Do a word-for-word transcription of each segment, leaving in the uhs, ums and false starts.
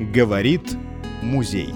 Говорит музей.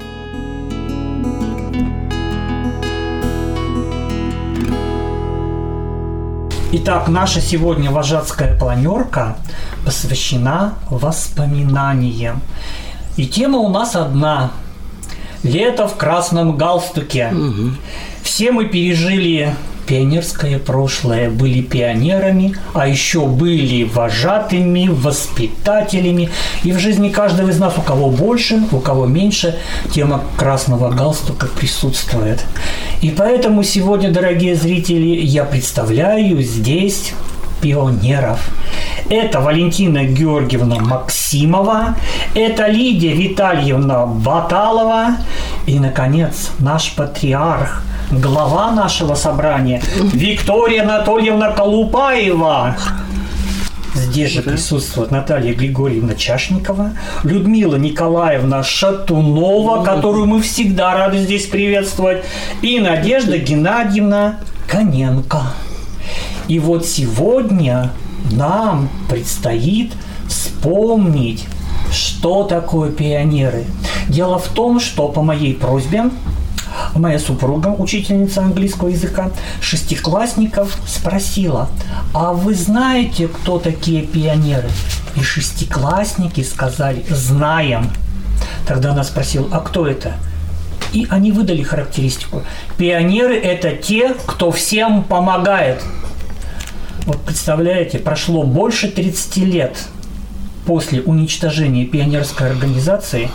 Итак, наша сегодня вожатская планерка посвящена воспоминаниям. И тема у нас одна. Лето в красном галстуке. Угу. Все мы пережили пионерское прошлое, были пионерами, а еще были вожатыми, воспитателями. И в жизни каждого из нас, у кого больше, у кого меньше, тема красного галстука присутствует. И поэтому сегодня, дорогие зрители, я представляю здесь пионеров. Это Валентина Георгиевна Максимова, это Лидия Витальевна Баталова и, наконец, наш патриарх, глава нашего собрания Виктория Анатольевна Колупаева. Здесь же присутствует Наталья Григорьевна Чашникова, Людмила Николаевна Шатунова, которую мы всегда рады здесь приветствовать, и Надежда Геннадьевна Коненко. И вот сегодня нам предстоит вспомнить, что такое пионеры. Дело в том, что по моей просьбе моя супруга, учительница английского языка, шестиклассников спросила: а вы знаете, кто такие пионеры? И шестиклассники сказали: знаем. Тогда она спросила: а кто это? И они выдали характеристику. Пионеры – это те, кто всем помогает. Вот представляете, прошло больше тридцати лет после уничтожения пионерской организации.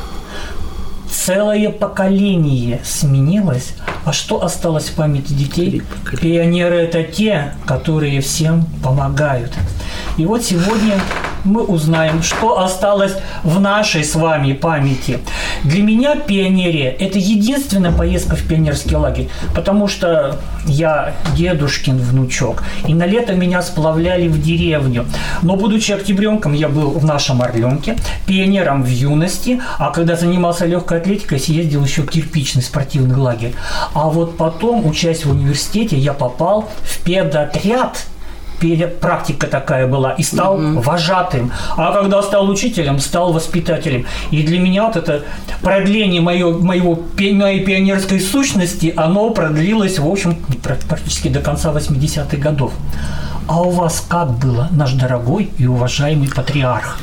Целое поколение сменилось. А что осталось в памяти детей? Пионеры – это те, которые всем помогают. И вот сегодня мы узнаем, что осталось в нашей с вами памяти. Для меня пионерия – это единственная поездка в пионерский лагерь, потому что я дедушкин внучок, и на лето меня сплавляли в деревню. Но, будучи октябренком, я был в нашем Орленке, пионером в юности, а когда занимался легкой атлетикой, съездил еще в кирпичный спортивный лагерь. А вот потом, учась в университете, я попал в педотряд. Практика такая была, и стал mm-hmm. вожатым. А когда стал учителем, стал воспитателем. И для меня вот это продление моего, моего, моей пионерской сущности, оно продлилось, в общем, практически до конца восьмидесятых годов. А у вас как было, наш дорогой и уважаемый патриарх?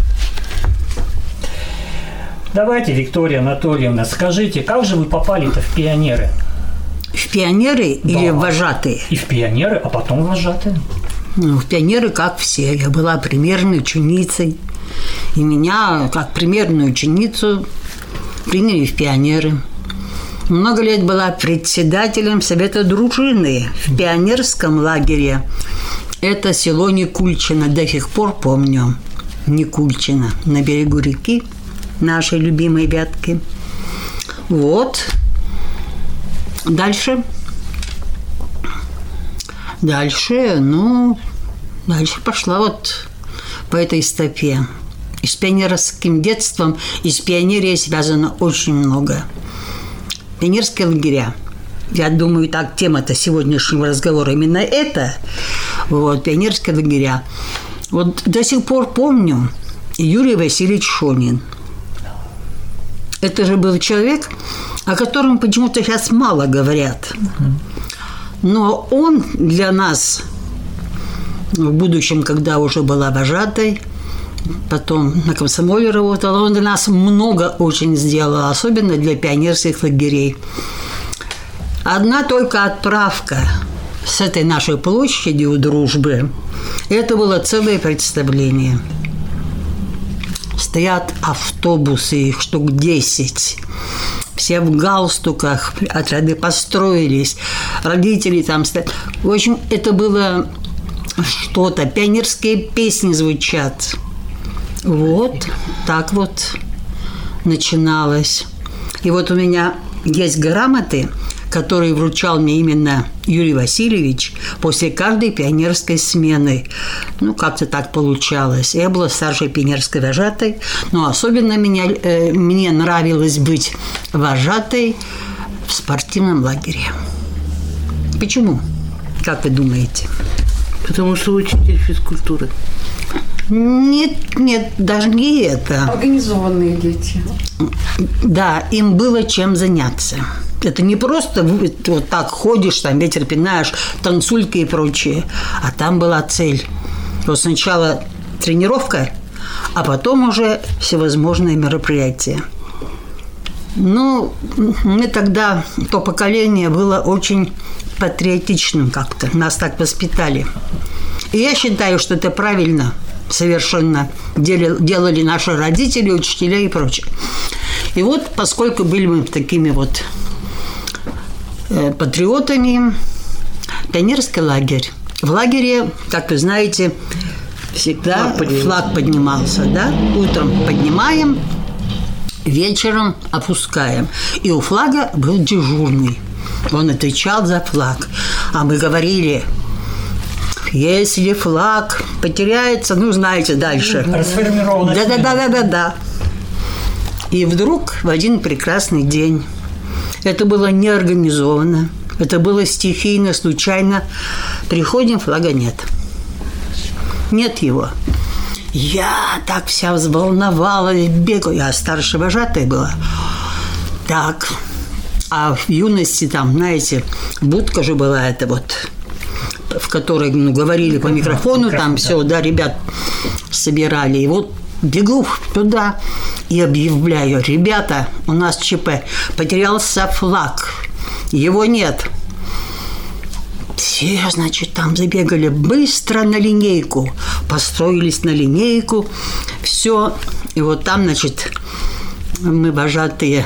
Давайте, Виктория Анатольевна, скажите, как же вы попали-то в пионеры? В пионеры да. или в вожатые? И в пионеры, а потом в вожатые. Ну, в пионеры, как все. Я была примерной ученицей. И меня, как примерную ученицу, приняли в пионеры. Много лет была председателем совета дружины в пионерском лагере. Это село Никульчино. До сих пор помню. Никульчино. На берегу реки нашей любимой Вятки. Вот. Дальше. Дальше, ну, дальше пошла вот по этой стопе. И с пионерским детством, и с пионерией связано очень много. Пионерские лагеря. Я думаю, так, тема-то сегодняшнего разговора именно это. Вот, пионерские лагеря. Вот до сих пор помню Юрий Васильевич Шонин. Это же был человек, о котором почему-то сейчас мало говорят. Но он для нас, в будущем, когда уже была вожатой, потом на комсомоле работала, он для нас много очень сделал, особенно для пионерских лагерей. Одна только отправка с этой нашей площади у Дружбы, это было целое представление. Стоят автобусы, их штук десять. Все в галстуках, отряды построились, родители там стоят. В общем, это было что-то. Пионерские песни звучат. Вот так вот начиналось. И вот у меня есть грамоты, которые вручал мне именно Юрий Васильевич после каждой пионерской смены. Ну, как-то так получалось. Я была старшей пионерской вожатой, но особенно меня, э, мне нравилось быть вожатой в спортивном лагере. Почему? Как вы думаете? Потому что учитель физкультуры. Нет, нет, даже не это. Организованные дети. Да, им было чем заняться. Это не просто вот так ходишь, там ветер пинаешь, танцулька и прочее. А там была цель. Вот сначала тренировка, а потом уже всевозможные мероприятия. Ну, мы тогда, то поколение было очень патриотичным как-то. Нас так воспитали. И я считаю, что это правильно совершенно делали наши родители, учителя и прочее. И вот, поскольку были мы такими вот э, патриотами, пионерский лагерь. В лагере, как вы знаете, всегда флаг, флаг поднимался, да? Утром поднимаем, вечером опускаем. И у флага был дежурный. Он отвечал за флаг. А мы говорили: если флаг потеряется, ну, знаете, дальше. Расформированность. Да-да-да-да-да. И вдруг в один прекрасный день, это было неорганизованно, это было стихийно, случайно, приходим, флага нет. Нет его. Я так вся взволновалась, бегаю. Я старшая вожатая была. Так. А в юности там, знаете, будка же была эта вот, в которой, ну, говорили по микрофону, там все, да, ребят собирали. И вот бегу туда и объявляю: ребята, у нас ЧП, потерялся флаг, его нет. Все, значит, там забегали быстро на линейку, построились на линейку, все. И вот там, значит, мы, вожатые,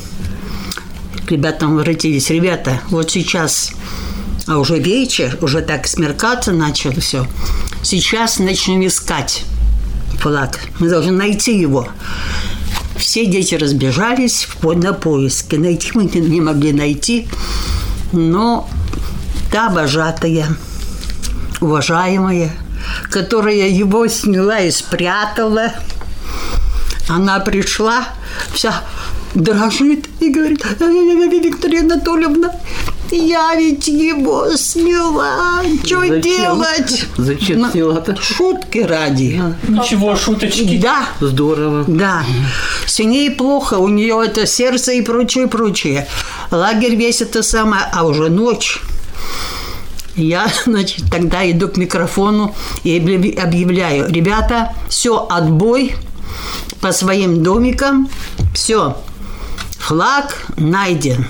к ребятам обратились: ребята, вот сейчас, а уже вечер, уже так смеркаться начало все, сейчас начнем искать флаг, мы должны найти его. Все дети разбежались на поиски, найти мы не могли найти, но та вожатая, уважаемая, которая его сняла и спрятала, она пришла, вся дрожит и говорит: Виктория Анатольевна, я ведь его сняла, что Зачем? делать? Зачем ну, сняла-то? Шутки ради. Ничего, шуточки. Да. Здорово. Да. С ней плохо, у нее это сердце и прочее, прочее. Лагерь весь это самое, а уже ночь. Я, значит, тогда иду к микрофону и объявляю: ребята, все, отбой по своим домикам, все, флаг найден.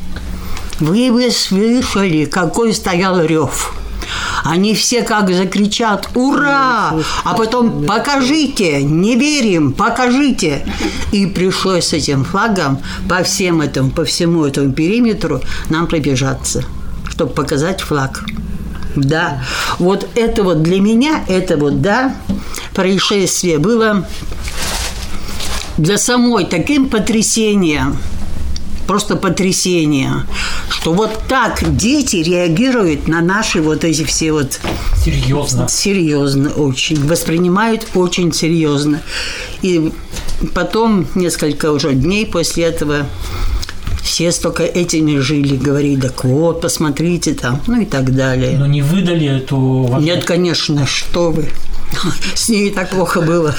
Вы бы слышали, какой стоял рев. Они все как закричат: ура! А потом: покажите, не верим, покажите. И пришлось с этим флагом по всем этому, по всему этому периметру нам пробежаться, чтобы показать флаг. Да, вот это вот для меня, это вот, да, происшествие было для самой таким потрясением, просто потрясение, что вот так дети реагируют на наши вот эти все вот... Серьезно. Серьезно очень. Воспринимают очень серьезно. И потом, несколько уже дней после этого, все столько этими жили, говорили: так вот, посмотрите там, ну и так далее. Но не выдали эту... Нет, конечно, что вы. С ней так плохо было.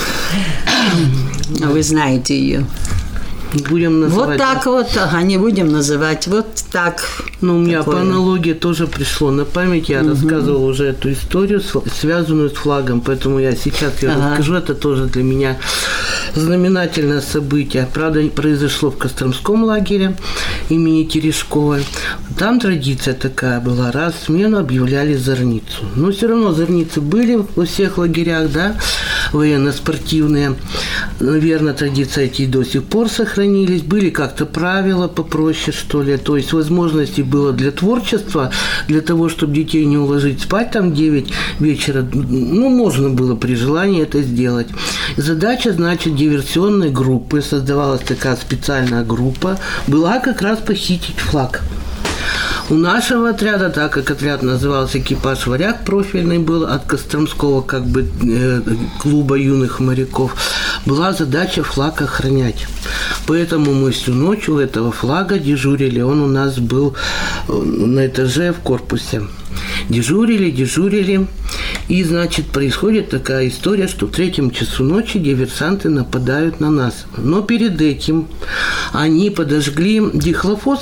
Вы знаете ее. Будем называть. Вот так вот, ага, не будем называть. Вот так. Ну, у меня такое. По аналогии тоже пришло на память. Я угу. рассказывала уже эту историю, связанную с флагом, поэтому я сейчас я ага. расскажу. Это тоже для меня знаменательное событие. Правда, произошло в Костромском лагере имени Терешкова. Там традиция такая была. Раз в смену объявляли зорницу. Но все равно зорницы были во всех лагерях, да, военно-спортивные. Наверное, традиции эти до сих пор сохранились. Были как-то правила попроще, что ли. То есть возможностей было для творчества, для того, чтобы детей не уложить спать там в девять вечера. Ну, можно было при желании это сделать. Задача, значит, диверсионной группы, создавалась такая специальная группа, была как раз похитить флаг. У нашего отряда, так как отряд назывался «Экипаж Варяг», профильный был от Костромского как бы э, клуба юных моряков, была задача флаг охранять. Поэтому мы всю ночь у этого флага дежурили. Он у нас был на этаже в корпусе. Дежурили, дежурили. И, значит, происходит такая история, что в третьем часу ночи диверсанты нападают на нас. Но перед этим они подожгли дихлофос,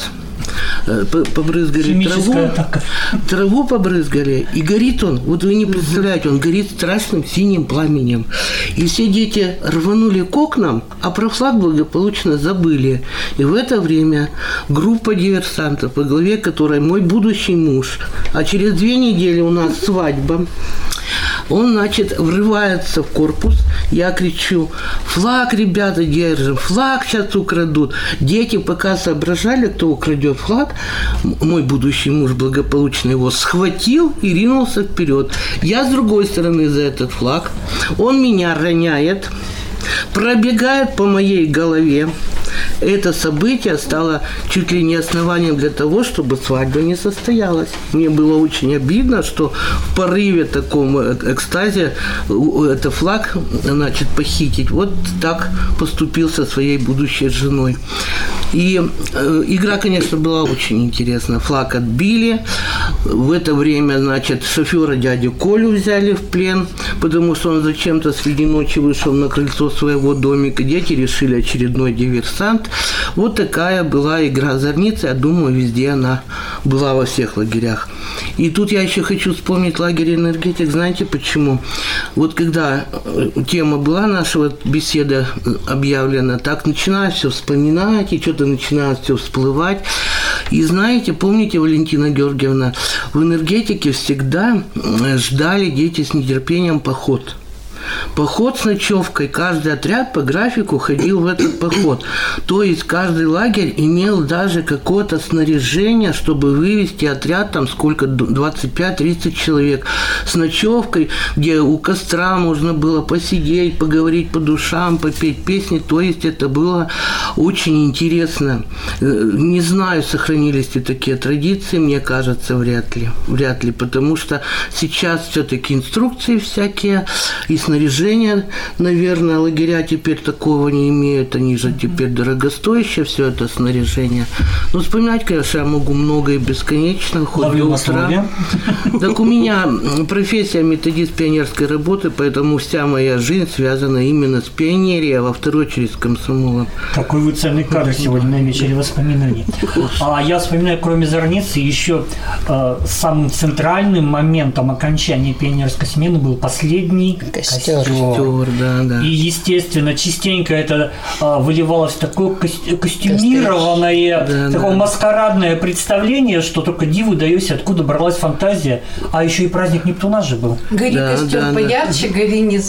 побрызгали траву, атака. траву побрызгали, и горит он, вот вы не представляете, он горит страшным синим пламенем. И все дети рванули к окнам, а про флаг благополучно забыли. И в это время группа диверсантов, во главе которой мой будущий муж, а через две недели у нас свадьба, он, значит, врывается в корпус, я кричу: флаг, ребята, держим, флаг сейчас украдут. Дети пока соображали, кто украдет флаг, мой будущий муж благополучно его схватил и ринулся вперед. Я с другой стороны за этот флаг, он меня роняет, пробегает по моей голове. Это событие стало чуть ли не основанием для того, чтобы свадьба не состоялась. Мне было очень обидно, что в порыве таком экстазе это флаг, значит, похитить. Вот так поступил со своей будущей женой. И э, игра, конечно, была очень интересна. Флаг отбили. В это время, значит, шофера дядю Колю взяли в плен, потому что он зачем-то среди ночи вышел на крыльцо своего домика. Дети решили очередной диверсант. Вот такая была игра зорницы. Я думаю, везде она была, во всех лагерях. И тут я еще хочу вспомнить лагерь «Энергетик». Знаете почему? Вот когда тема была нашего беседа объявлена, так начинаю все вспоминать, и что-то начинает все всплывать. И знаете, помните, Валентина Георгиевна, в «Энергетике» всегда ждали дети с нетерпением поход. Поход с ночевкой. Каждый отряд по графику ходил в этот поход. То есть каждый лагерь имел даже какое-то снаряжение, чтобы вывести отряд, там сколько, двадцать пять тридцать человек, с ночевкой, где у костра можно было посидеть, поговорить по душам, попеть песни. То есть это было очень интересно. Не знаю, сохранились ли такие традиции, мне кажется, вряд ли. Вряд ли, потому что сейчас все-таки инструкции всякие и снаряжение, наверное, лагеря теперь такого не имеют, они же теперь дорогостоящее, все это снаряжение. Но вспоминать, конечно, я могу много и бесконечно, хоть до утра. Так у меня профессия методист пионерской работы, поэтому вся моя жизнь связана именно с пионерией, а во вторую очередь с комсомолом. Какой вы ценный кадр сегодня на вечере воспоминаний. А я вспоминаю, кроме зорницы, еще э, самым центральным моментом окончания пионерской смены был последний костер. Костер, да, да. И, естественно, частенько это а, выливалось в такое кости- костюмированное, да, такое да. маскарадное представление, что только диву даёшься, откуда бралась фантазия. А еще и праздник Нептуна же был. Гори да, костер да, поярче, да. гори не...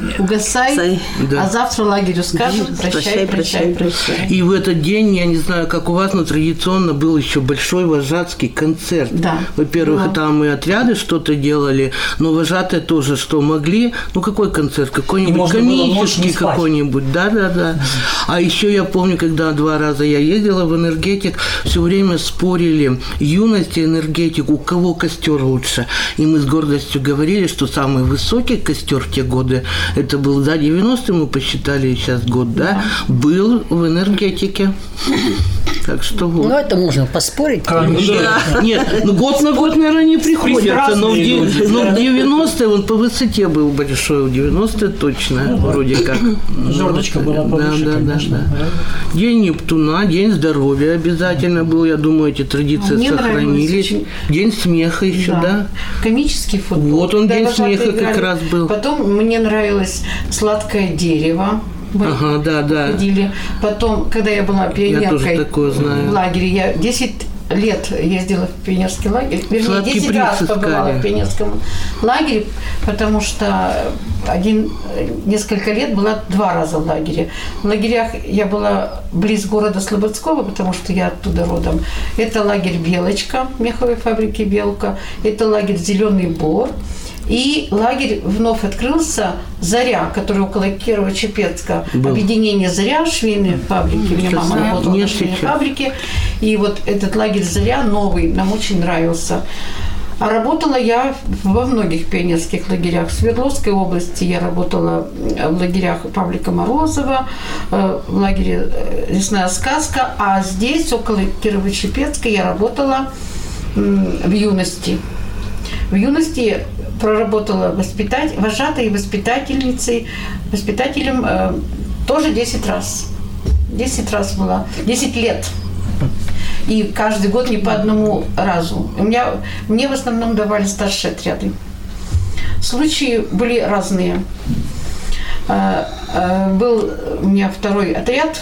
Угасай, да. а завтра лагерю скажут прощай, прощай, прощай, прощай. И в этот день, я не знаю, как у вас, но традиционно был еще большой вожатский концерт. Да. Во-первых, да. там и отряды что-то делали, но вожатые тоже что могли. Ну, какой концерт? Какой-нибудь комический какой-нибудь. Да, да, да. Mm-hmm. А еще я помню, когда два раза я ездила в «Энергетик», все время спорили юность и «Энергетик», у кого костер лучше. И мы с гордостью говорили, что самый высокий костер в те годы, это был, да, девяностый, мы посчитали сейчас год, да, да. был в «Энергетике». Так что вот. Ну, это можно поспорить. Конечно. Да. Нет, ну год на год, наверное, не приходится, но в, люди, но в девяностые он по высоте был большой, в девяностые точно, ну, вроде как. Жердочка была повыше, да, да, конечно. Да, да. День Нептуна, день здоровья обязательно был, я думаю, эти традиции Мне сохранились. День смеха еще, да. да. Комический футбол. Вот он, день смеха играли. Как раз был. Потом мне нравилось сладкое дерево. Мы ага, да, да. ходили. Потом, когда я была пионеркой в лагере, я десять лет ездила в пионерский лагерь. Вернее, десять раз побывала в пионерском лагере, потому что один, несколько лет была два раза в лагере. В лагерях я была близ города Слободского, потому что я оттуда родом. Это лагерь «Белочка», меховой фабрики «Белка». Это лагерь «Зеленый Бор». И лагерь вновь открылся «Заря», который около Кирово-Чепецка. Был. Объединение «Заря», швейные фабрики. У меня мама работала на швейной фабрике. И вот этот лагерь «Заря» новый нам очень нравился. А работала я во многих пионерских лагерях. В Свердловской области я работала в лагерях Павлика Морозова, в лагере «Лесная сказка». А здесь, около Кирово-Чепецка, я работала в юности. В юности проработала воспитать, вожатой и воспитательницей, воспитателем э, тоже десять раз. десять раз была, десять лет. И каждый год не по одному разу. У меня, мне в основном давали старшие отряды. Случаи были разные. Был у меня второй отряд,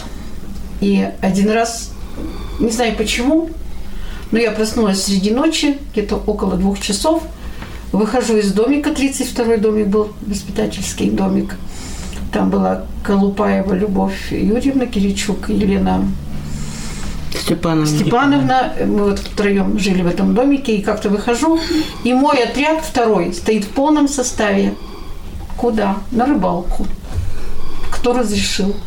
и один раз, не знаю почему, но я проснулась среди ночи, где-то около двух часов, выхожу из домика, тридцать второй домик был, воспитательский домик. Там была Колупаева Любовь Юрьевна, Киричук, Елена Степановна. Степановна. Мы вот втроем жили в этом домике, и как-то выхожу, и мой отряд второй стоит в полном составе. Куда? На рыбалку. Кто разрешил?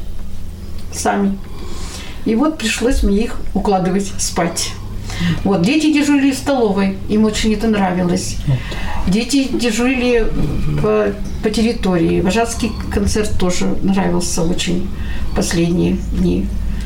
Сами. И вот пришлось мне их укладывать спать. Вот, дети дежурили в столовой, им очень это нравилось. Дети дежурили по, по территории. Вожатский концерт тоже нравился очень в последние дни.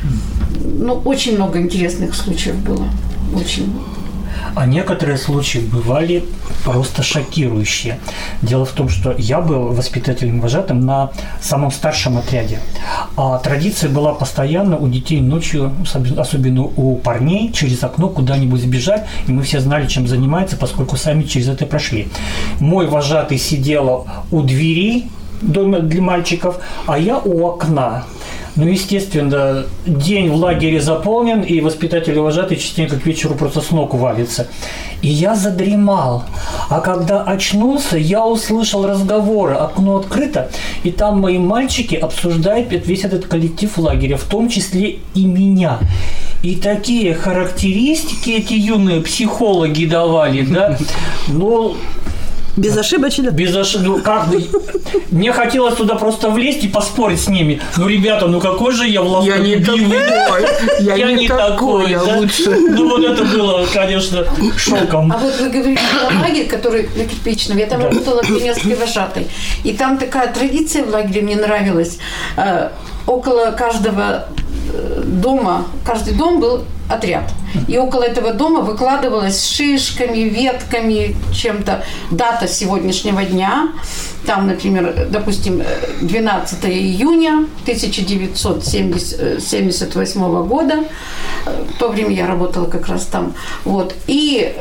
Ну, очень много интересных случаев было. Очень. А некоторые случаи бывали просто шокирующие. Дело в том, что я был воспитателем-вожатым на самом старшем отряде. А традиция была постоянно у детей ночью, особенно у парней, через окно куда-нибудь сбежать. И мы все знали, чем занимается, поскольку сами через это прошли. Мой вожатый сидел у дверей дома для мальчиков, а я у окна. Ну, естественно, день в лагере заполнен, и воспитатель и вожатый частенько к вечеру просто с ног валится. И я задремал. А когда очнулся, я услышал разговоры, окно открыто, и там мои мальчики обсуждают весь этот коллектив лагеря, в том числе и меня. И такие характеристики эти юные психологи давали, да, ну... Безошибочно? Без ошибок. Ну, как бы... Мне хотелось туда просто влезть и поспорить с ними. Ну, ребята, ну какой же я властолюбивый. Я, я не такой, я да? лучше. Ну, вот это было, конечно, шоком. А вот вы говорите про лагерь, который на Кирпичном. Я там да. работала пионерской вожатой. И там такая традиция в лагере мне нравилась. Около каждого дома, каждый дом был отряд. И около этого дома выкладывалась шишками, ветками, чем-то дата сегодняшнего дня. Там, например, допустим, двенадцатого июня тысяча девятьсот семьдесят восьмого года. В то время я работала как раз там. Вот. И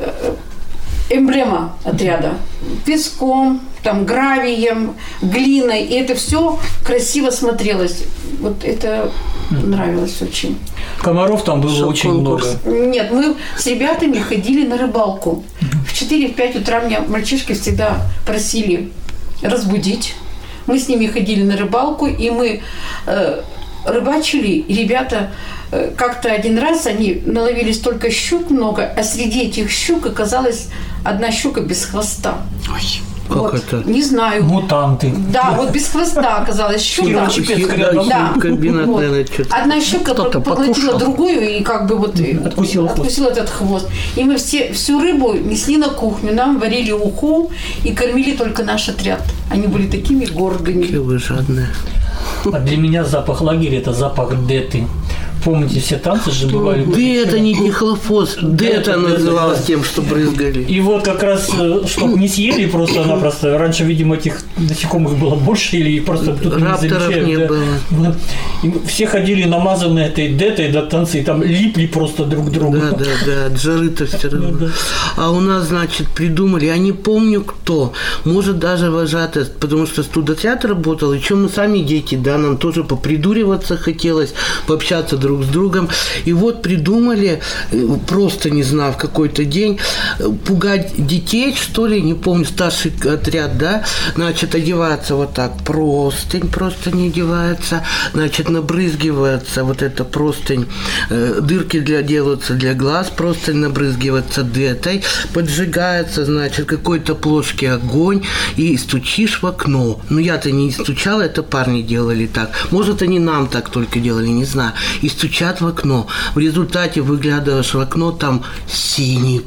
эмблема отряда песком, там, гравием, глиной. И это все красиво смотрелось. Вот это нравилось очень. Комаров там было Шел очень конкурс. много. Нет, мы с ребятами ходили на рыбалку. В четыре-пять утра меня мальчишки всегда просили разбудить. Мы с ними ходили на рыбалку, и мы э, рыбачили, и ребята э, как-то один раз они наловили столько щук много, а среди этих щук оказалась одна щука без хвоста. Ой. Вот, как это? Не знаю. Мутанты. Да, вот без хвоста оказалась щука. Да. Вот. Одна щука поглотила другую и как бы вот откусила, откусила этот хвост. И мы все, всю рыбу несли на кухню, нам варили уху и кормили только наш отряд. Они были такими гордыми. Какие вы жадные. А для меня запах лагеря – это запах деты. Помните, все танцы же бывали? Дета, не дихлофос. Дета называлась тем, что брызгали. И вот как раз, чтобы не съели просто-напросто. Раньше, видимо, этих насекомых было больше, или просто тут не замечают. не да. было. И все ходили намазанные этой детой до танца, и там липли просто друг к другу. Да, да, да, от жары-то все равно. Да, да. А у нас, значит, придумали, я не помню кто, может, даже вожатая, потому что студотряд работал, и что мы сами дети, да, нам тоже попридуриваться хотелось, пообщаться друг с другом. И вот придумали, просто не знаю, в какой-то день, пугать детей, что ли, не помню, старший отряд, да, значит, одеваться вот так, простынь просто не одевается, значит, набрызгивается вот эта простынь, дырки для, делаются для глаз, простынь набрызгивается детой, поджигается, значит, какой-то плошки огонь, и стучишь в окно. Ну, я-то не стучала, это парни делали так. Может, они нам так только делали, не знаю. И стучат в окно. В результате выглядываешь в окно, там синий покой.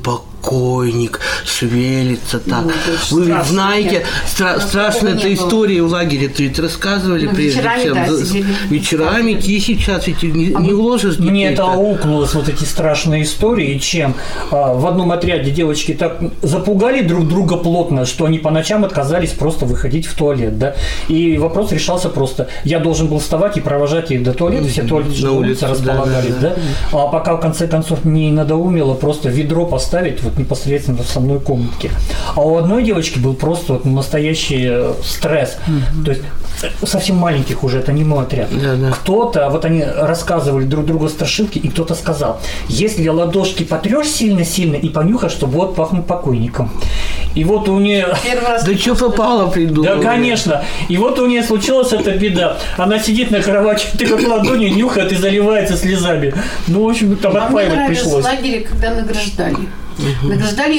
покойник шевелится так. Ну, вы ведь знаете, стра- страшные это истории в лагере-то ведь рассказывали, ну, прежде вечерами, чем. да, За, вечерами тихо сейчас ведь не, не уложишь детей. Мне это аукнулось, вот эти страшные истории, чем а, в одном отряде девочки так запугали друг друга плотно, что они по ночам отказались просто выходить в туалет, да, и вопрос решался просто. Я должен был вставать и провожать их до туалета, все туалеты на улице располагались, да, да, да, а пока в конце концов не надоумило просто ведро поставить вот непосредственно в самой комнатке. А у одной девочки был просто вот настоящий стресс, mm-hmm. то есть совсем маленьких уже, это не мой отряд. Да, да. Кто-то, вот они рассказывали друг другу страшилки, и кто-то сказал, если ладошки потрешь сильно-сильно и понюхаешь, то будет пахнуть покойником. И вот у нее... Да что попало, придумала. Да, конечно. И вот у нее случилась эта беда. Она сидит на кровати, ты как ладонью нюхает и заливается слезами. Ну, в общем, там отпаивать пришлось. В лагере, когда награждали. Угу. Награждали...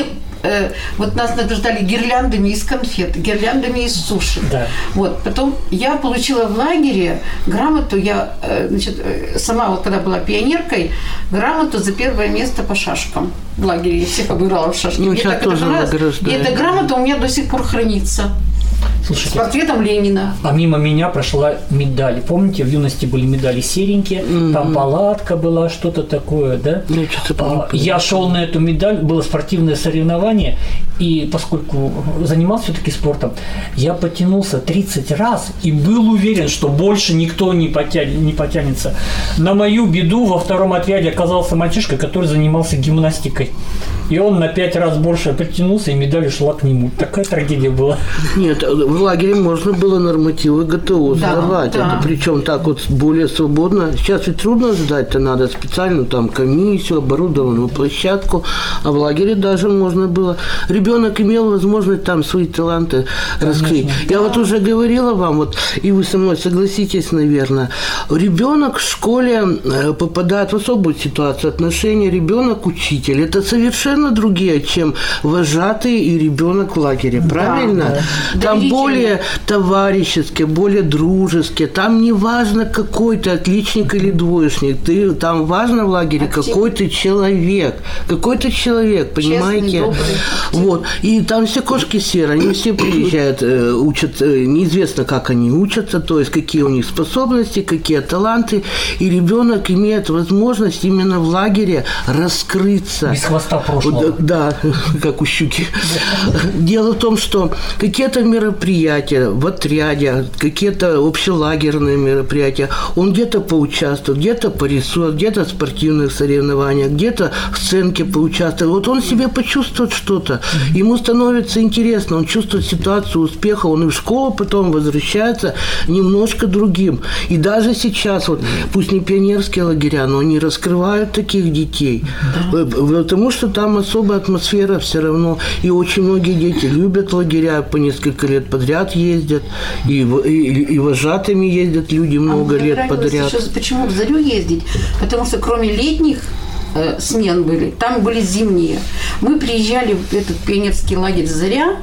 Вот нас награждали гирляндами из конфет, гирляндами из суши. Да. Вот. Потом я получила в лагере грамоту, я, значит, сама вот когда была пионеркой, грамоту за первое место по шашкам. В лагере я всех обыграла в шашки. Ну, сейчас тоже награждали. И эта грамота у меня до сих пор хранится. Слушайте, с портретом Ленина. А мимо меня прошла медаль. Помните, в юности были медали серенькие, mm-hmm. там палатка была, что-то такое, да? Я, а, я шел на эту медаль, было спортивное соревнование, и поскольку занимался все-таки спортом, я потянулся тридцать раз и был уверен, что больше никто не, потя... не потянется. На мою беду во втором отряде оказался мальчишка, который занимался гимнастикой. И он на пять раз больше подтянулся, и медаль ушла к нему. Такая трагедия была. Нет, в лагере можно было нормативы ГТО да, сдавать. Да. Это причем так вот более свободно. Сейчас ведь трудно сдать-то, надо специальную там комиссию, оборудованную площадку. А в лагере даже можно было. Ребенок имел возможность там свои таланты Конечно, раскрыть. Да. Я вот уже говорила вам, вот, и вы со мной согласитесь, наверное, ребенок в школе попадает в особую ситуацию. Отношения ребенок-учитель. Это совершенно другие, чем вожатый и ребенок в лагере. Правильно? Да. Там да, более товарищеские, более дружеские. Там не важно, какой ты отличник или двоечник. Ты, там важно в лагере, Актив. какой ты человек. Какой ты человек, понимаете? Честный, добрый. Вот. И там все кошки серые. Они все приезжают, учат. Неизвестно, как они учатся, то есть какие у них способности, какие таланты. И ребенок имеет возможность именно в лагере раскрыться. Без хвоста прошлого. Да, как у щуки. Дело в том, что какие-то мероприятия в отряде, какие-то общелагерные мероприятия, он где-то поучаствует, где-то порисует, где-то в спортивных соревнованиях, где-то в сценке поучаствует. Вот он себе почувствует что-то, ему становится интересно, он чувствует ситуацию успеха, он и в школу потом возвращается немножко другим. И даже сейчас, вот, пусть не пионерские лагеря, но они раскрывают таких детей, потому что там особая атмосфера все равно, и очень многие дети любят лагеря, по несколько лет подряд ездят, и, и, и вожатыми ездят люди много а лет подряд. Еще, почему в Зарю ездить? Потому что кроме летних э, смен были, там были зимние. Мы приезжали в этот пионерский лагерь «Заря»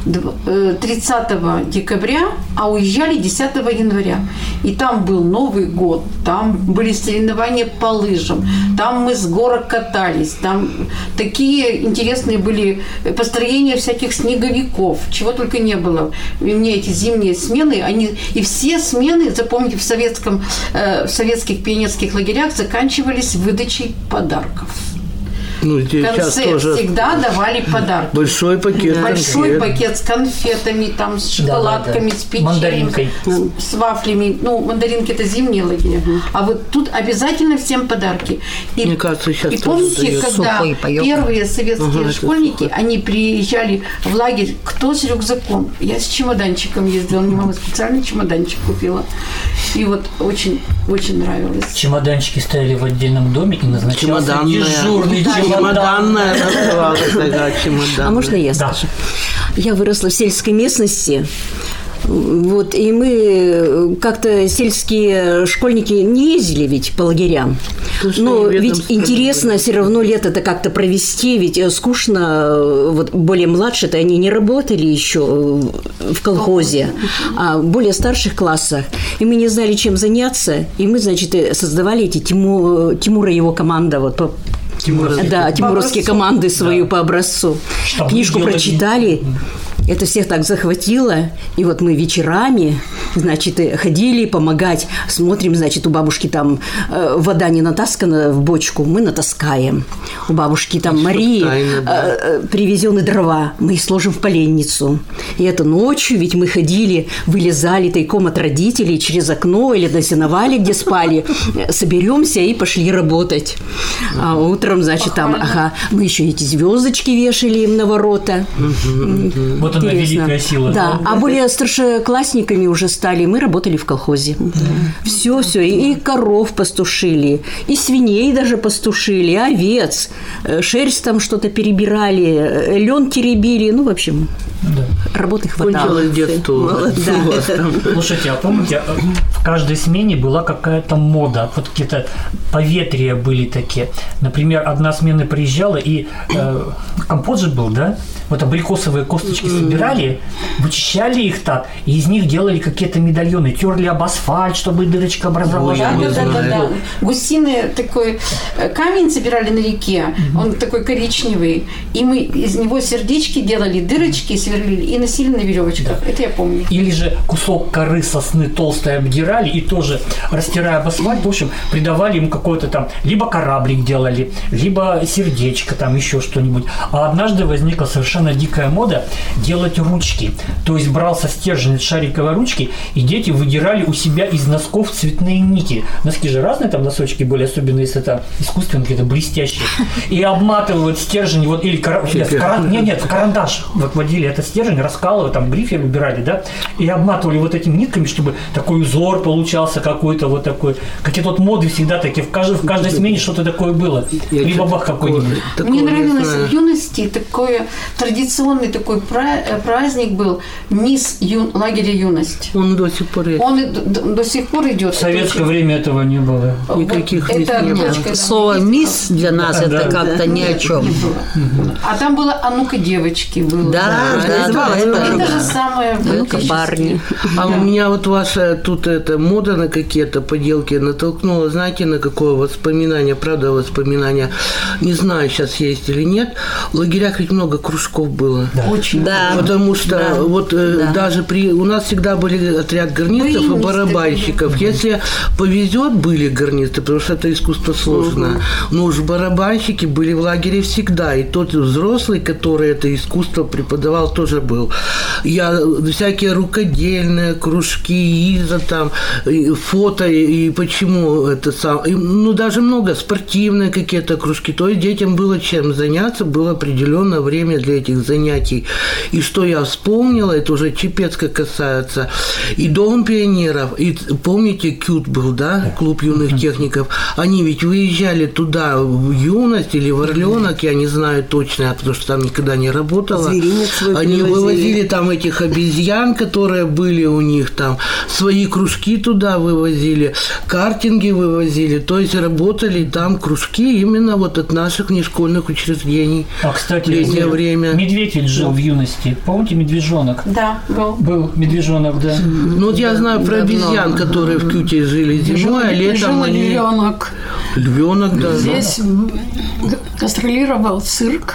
тридцатого декабря, а уезжали десятого января. И там был Новый год, там были соревнования по лыжам, там мы с горок катались, там такие интересные были построения всяких снеговиков, чего только не было. И мне эти зимние смены, они и все смены, запомните, в советском, э, в советских пионерских лагерях заканчивались выдачей подарков. Ну, в конце тоже всегда давали подарки. Большой пакет. Да. Большой пакет с конфетами, там, с шоколадками, да, да, да. с печеньем, мандаринкой, с вафлями. Ну, мандаринки – это зимние лагеря. Угу. А вот тут обязательно всем подарки. И, Мне кажется, сейчас и помните, когда первые советские угу, школьники, они приезжали в лагерь, кто с рюкзаком? Я с чемоданчиком ездила, мне мама специальный чемоданчик купила. И вот очень, очень нравилось. Чемоданчики стояли в отдельном доме и назначался дежурный да, чемоданная называлась тогда, чемодан. А можно я скажу? Да. Я выросла в сельской местности. Вот, и мы как-то сельские школьники не ездили ведь по лагерям. Но ведь интересно все равно лето-то как-то провести, ведь скучно, вот более младшие-то они не работали еще в колхозе, а в более старших классах. И мы не знали, чем заняться, и мы, значит, создавали эти Тиму, Тимура и его команда вот по Тимуровские. Да, тимуровские команды свою да. по образцу. Штабы Книжку делали. Прочитали. Это всех так захватило. И вот мы вечерами, значит, ходили помогать. Смотрим, значит, у бабушки там э, вода не натаскана в бочку, мы натаскаем. У бабушки там Марии тайна, да. э, привезены дрова, мы их сложим в поленницу. И это ночью, ведь мы ходили, вылезали тайком от родителей через окно или на сеновале, где спали, соберемся и пошли работать. А утром, значит, там, ага, мы еще эти звездочки вешали им на ворота. Вот она великая сила. Да, а более старшеклассниками уже стали, мы работали в колхозе. Все, все, и коров пастушили, и свиней даже пастушили, и овец, шерсть там что-то перебирали, лен теребили, ну, в общем, да. работы хватало. Слушайте, а помните, в каждой смене была какая-то мода, вот какие-то поветрия были такие. Например, одна смена приезжала, и э, компот же был, да? Вот абрикосовые косточки собирали, вычищали их так, и из них делали какие-то медальоны, терли об асфальт, чтобы дырочка образовалась. Да, да, да, да, да. Гусиный такой камень собирали на реке, он такой коричневый, и мы из него сердечки делали, дырочки сверлили и носили на веревочках. Да. Это я помню. Или же кусок коры сосны толстой обдирали и тоже, растирая об асфальт, в общем, придавали ему какой-то там, либо кораблик делали, либо сердечко, там еще что-нибудь. А однажды возникла совершенно дикая мода делать ручки. То есть брался стержень шариковой ручки, и дети выдирали у себя из носков цветные нити. Носки же разные, там носочки были, особенно если это искусственные, какие-то блестящие. И обматывают стержень, вот, или кар... нет, каран... нет, нет, карандаш. Вот водили этот стержень, раскалывали, там грифель убирали, да, и обматывали вот этими нитками, чтобы такой узор получался какой-то вот такой. Какие-то вот моды всегда такие, в каждой, в каждой смене что-то такое было. При бабах какой-нибудь. Мне нравилось в юности такое традиционный такой праздник был мисс ю... лагеря юность. Он до сих пор идет. Он до, до сих пор идет. В советское это время этого не было. Никаких вот, это не было. Слово мисс для нас да, это да, как-то да, ни о чем. А там было «А ну-ка, девочки» было. Да, да, да. Это же самое. «А ну-ка, парни». А у меня вот ваша тут эта мода на какие-то поделки натолкнула, знаете, на какое воспоминание, правда, воспоминание, не знаю, сейчас есть или нет. В лагерях ведь много кружков было. Да. Очень. Да. Потому что да. вот да. даже при... У нас всегда были отряд гарнистов и барабанщиков. Угу. Если повезет, были гарнисты, потому что это искусство сложное. Угу. Но уж барабанщики были в лагере всегда. И тот взрослый, который это искусство преподавал, тоже был. Я всякие рукодельные кружки, изо там, и фото, и почему это сам... И, ну, даже много спортивные какие-то кружки. То есть детям было чем заняться, было определенное время для этих занятий. И что я вспомнила, это уже Чепецка касается, и Дом пионеров, и помните, Кют был, да, клуб юных техников, они ведь выезжали туда в юность или в Орленок, я не знаю точно, потому что там никогда не работала. Они привозили. вывозили там этих обезьян, которые были у них там, свои кружки туда вывозили, картинги вывозили, то есть работали там кружки именно вот от наших нешкольных учреждений. А, кстати, в летнее время. Медведь ведь жил в юности. Помните медвежонок? Да, был. Был медвежонок, да. Ну вот я знаю про обезьян, которые в Кюте жили зимой, а летом они... Львенок. Львенок, да. Здесь гастролировал цирк,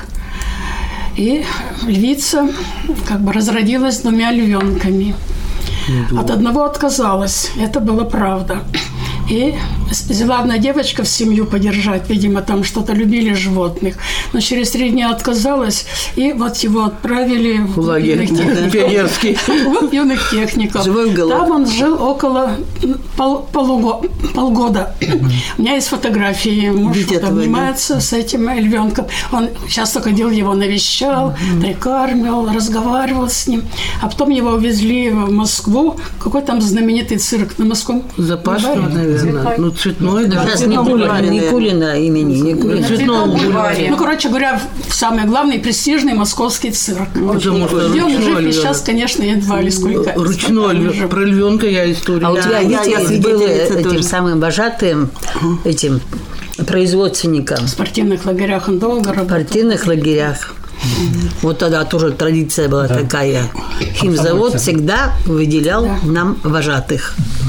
и львица как бы разродилась двумя львенками. От одного отказалась. Это была правда. И взяла одна девочка в семью подержать, видимо, там что-то любили животных. Но через три дня отказалась, и вот его отправили в лагерь пионерский. Вот юных техников. Там он жил около пол, полуго, полгода. У меня есть фотографии. Муж обнимается с этим львенком. Он часто ходил, его навещал, прикармливал, разговаривал с ним. А потом его увезли в Москву. Какой там знаменитый цирк на Москву? Запашного, наверное. Ну, цветной, да. Сейчас Никулина имени. Никулина. Цветного бульваре. Ну, короче говоря, самый главный престижный московский цирк. Потому что где он жив, и сейчас, конечно, едва ли сколько. Ручной, про львенка я историю. А у тебя отец был этим самым вожатым, этим производственником. В спортивных лагерях он долго работал. В спортивных лагерях. Вот тогда тоже традиция была да. такая. Химзавод всегда выделял да. нам вожатых.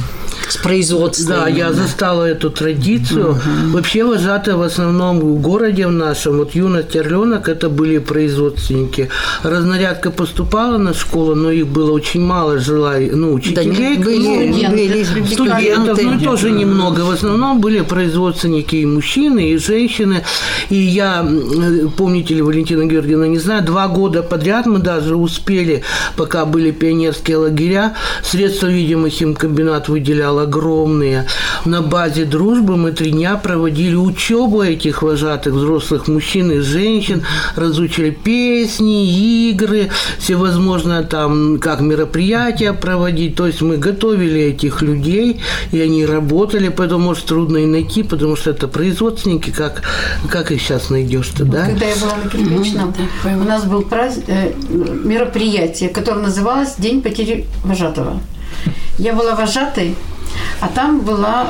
С производством. Да, я застала эту традицию. Угу. Вообще вожатые в основном в городе в нашем, вот юность, орленок, это были производственники. Разнарядка поступала на школу, но их было очень мало желаний, ну, учителей. Да, были, были студентов, ну, тоже немного. В основном были производственники и мужчины, и женщины. И я, помните ли, Валентина Георгиевна, не знаю, два года подряд мы даже успели, пока были пионерские лагеря, средства, видимо, химкомбинат выделял огромные. На базе дружбы мы три дня проводили учебу этих вожатых взрослых мужчин и женщин, разучили песни, игры, всевозможные там, как мероприятия проводить. То есть мы готовили этих людей, и они работали, поэтому, может, трудно и найти, потому что это производственники, как, как их сейчас найдешь-то, да? Когда я была на Кирпичном, mm-hmm. у нас был праздник, э, мероприятие, которое называлось «День потери вожатого». Я была вожатой, а там была,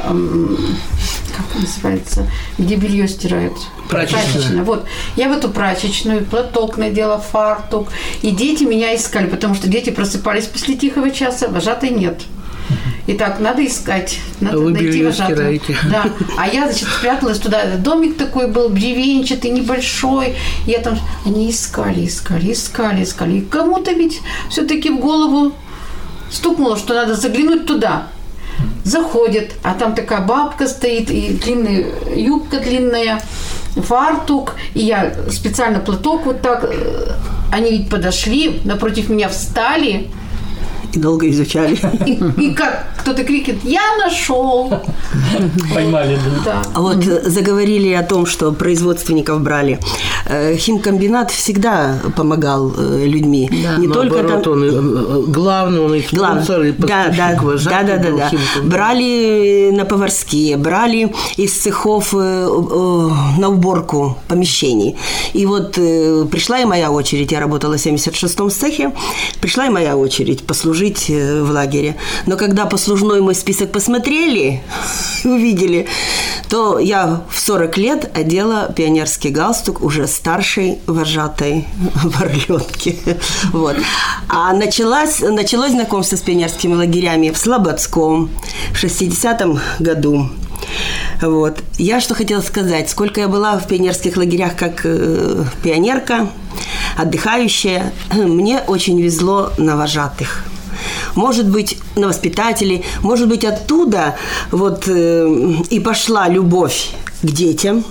как называется, где белье стирают? Прачечная. Прачечная. Вот. Я в эту прачечную, платок надела, фартук. И дети меня искали, потому что дети просыпались после тихого часа, вожатой нет. Итак, надо искать, надо Вы найти вожатого. Да. А я, значит, спряталась туда. Домик такой был, бревенчатый, небольшой. Я там... Они искали, искали, искали, искали. И кому-то ведь все-таки в голову стукнуло, что надо заглянуть туда. Заходит, а там такая бабка стоит, и длинная юбка длинная, фартук, и я специально платок вот так. Они ведь подошли, напротив меня встали. И долго изучали. И, и как кто-то крикнет: «Я нашел!» Поймали, да. А вот заговорили о том, что производственников брали. Химкомбинат всегда помогал людьми. Да. Не только наоборот, там... он главный, он их спонсор и поставщик вожатый. Да, да, да, да. Брали на поварские, брали из цехов на уборку помещений. И вот пришла и моя очередь. Я работала в семьдесят шестом цехе. Пришла и моя очередь послужить в лагере. Но когда послужной мой список посмотрели, увидели, то я в сорок лет одела пионерский галстук уже старшей вожатой в Орленке. Вот. А началось, началось знакомство с пионерскими лагерями в Слободском в шестидесятом году. Вот. Я что хотела сказать, сколько я была в пионерских лагерях как э, пионерка, отдыхающая, мне очень везло на вожатых. Может быть, на воспитателей, может быть, оттуда вот э, и пошла любовь к детям,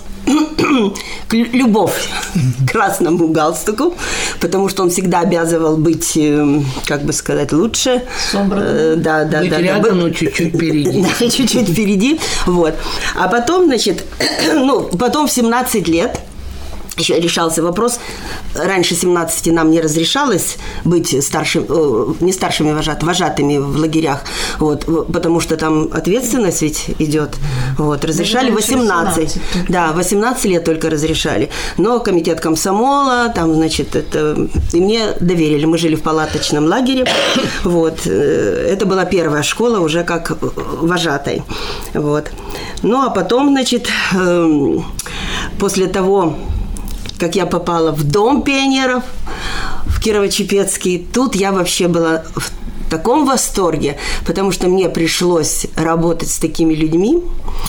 любовь к красному галстуку, потому что он всегда обязывал быть, э, как бы сказать, лучше. Э, да, да, быть да, рядом, да, но чуть-чуть впереди. Да, чуть-чуть впереди. Вот. А потом, значит, ну, потом в семнадцать лет еще решался вопрос. Раньше семнадцати нам не разрешалось быть старшим, не старшими вожатыми, вожатыми в лагерях, вот, потому что там ответственность ведь идет. Вот, разрешали восемнадцать. Да, восемнадцать лет только разрешали. Но комитет комсомола, там, значит, это... И мне доверили. Мы жили в палаточном лагере. Вот. Это была первая школа уже как вожатой. Вот. Ну, а потом, значит, после того, как я попала в Дом пионеров в Кирово-Чепецкий, тут я вообще была в таком восторге, потому что мне пришлось работать с такими людьми,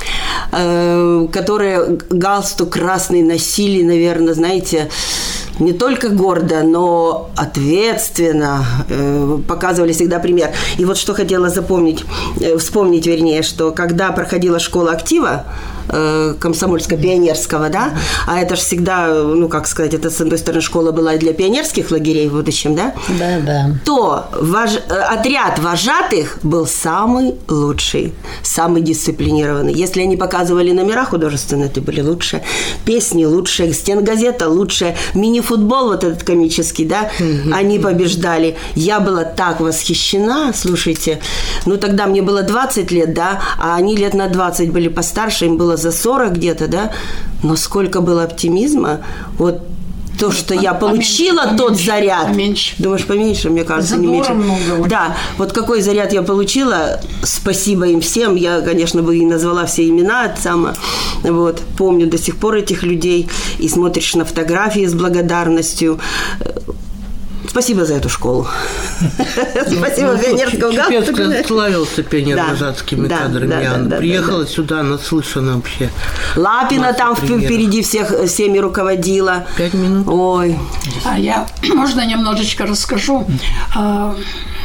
которые галстук красный носили, наверное, знаете, не только гордо, но ответственно, показывали всегда пример. И вот что хотела запомнить, вспомнить, вернее, что когда проходила школа актива, комсомольско-пионерского, да, а это же всегда, ну, как сказать, это, с одной стороны, школа была и для пионерских лагерей в будущем, да? Да, да. То вож... отряд вожатых был самый лучший, самый дисциплинированный. Если они показывали номера художественные, это были лучшие, песни лучшие, стенгазета лучшая, мини-футбол вот этот комический, да, они побеждали. Я была так восхищена, слушайте, ну, тогда мне было двадцать лет, да, а они лет на двадцать были постарше, им было за сорок где-то, да, но сколько было оптимизма, вот то, что я получила, поменьше, тот поменьше, заряд. Поменьше. Думаешь, поменьше, мне кажется, Задора не меньше. Много. Да, вот какой заряд я получила, спасибо им всем, я, конечно, бы и назвала все имена, сама, вот, помню до сих пор этих людей, и смотришь на фотографии с благодарностью. Спасибо за эту школу. Спасибо пионерскому галстуку. Чепецк славился пионер-вожатскими кадрами. Я приехала сюда, наслышана вообще. Лапина там впереди всех всеми руководила. Пять минут. Ой. А я, можно, немножечко расскажу о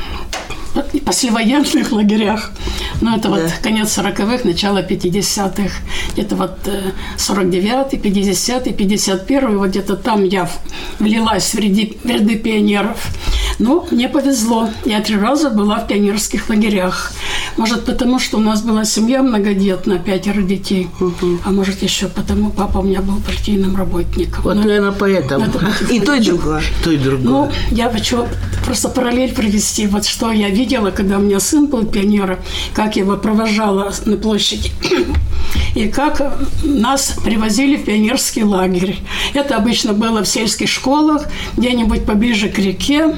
послевоенных лагерях. Ну, это да. вот конец сороковых, начало пятидесятых. Где-то вот сорок девятый, пятидесятый, пятьдесят первый. Вот где-то там я влилась в ряды, в ряды пионеров. Ну, мне повезло. Я три раза была в пионерских лагерях. Может, потому что у нас была семья многодетная, пятеро детей. Угу. А может, еще потому, папа у меня был партийным работником. Вот, но, наверное, поэтому. И то, и другое. То и другое. Ну, я хочу просто параллель привести. Вот что я видела, когда у меня сын был пионером, как я его провожала на площади. И как нас привозили в пионерский лагерь. Это обычно было в сельских школах, где-нибудь поближе к реке.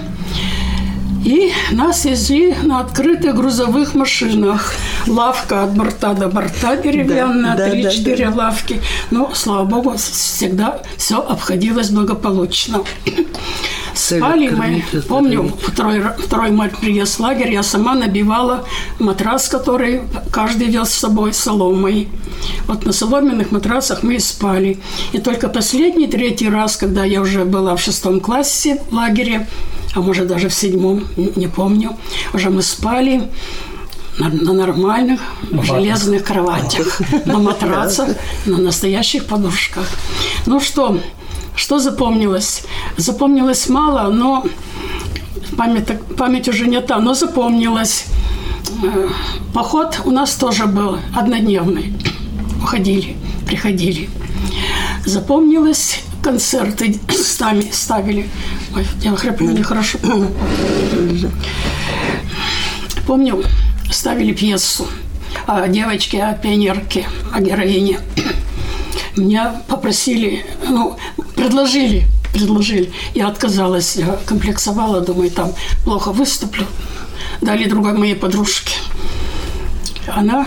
И нас везли на открытых грузовых машинах. Лавка от борта до борта деревянная, три-четыре да, да, да. лавки. Но, слава богу, всегда все обходилось благополучно. Спали мы, помню, второй, второй мой приезд в лагерь, я сама набивала матрас, который каждый вез с собой соломой. Вот на соломенных матрасах мы и спали. И только последний, третий раз, когда я уже была в шестом классе в лагере, а может даже в седьмом, не помню, уже мы спали на, на нормальных железных кроватях, на матрасах, на настоящих подушках. Ну что... Что запомнилось? Запомнилось мало, но память, память уже не та, но запомнилось. Поход у нас тоже был однодневный. Уходили, приходили. Запомнилось, концерты сами ставили. Ой, я храплю нехорошо. Помню, ставили пьесу о девочке, о пионерке, о героине. Меня попросили, ну, предложили, предложили. Я отказалась, я комплексовала, думаю, там плохо выступлю. Дали другой моей подружке. Она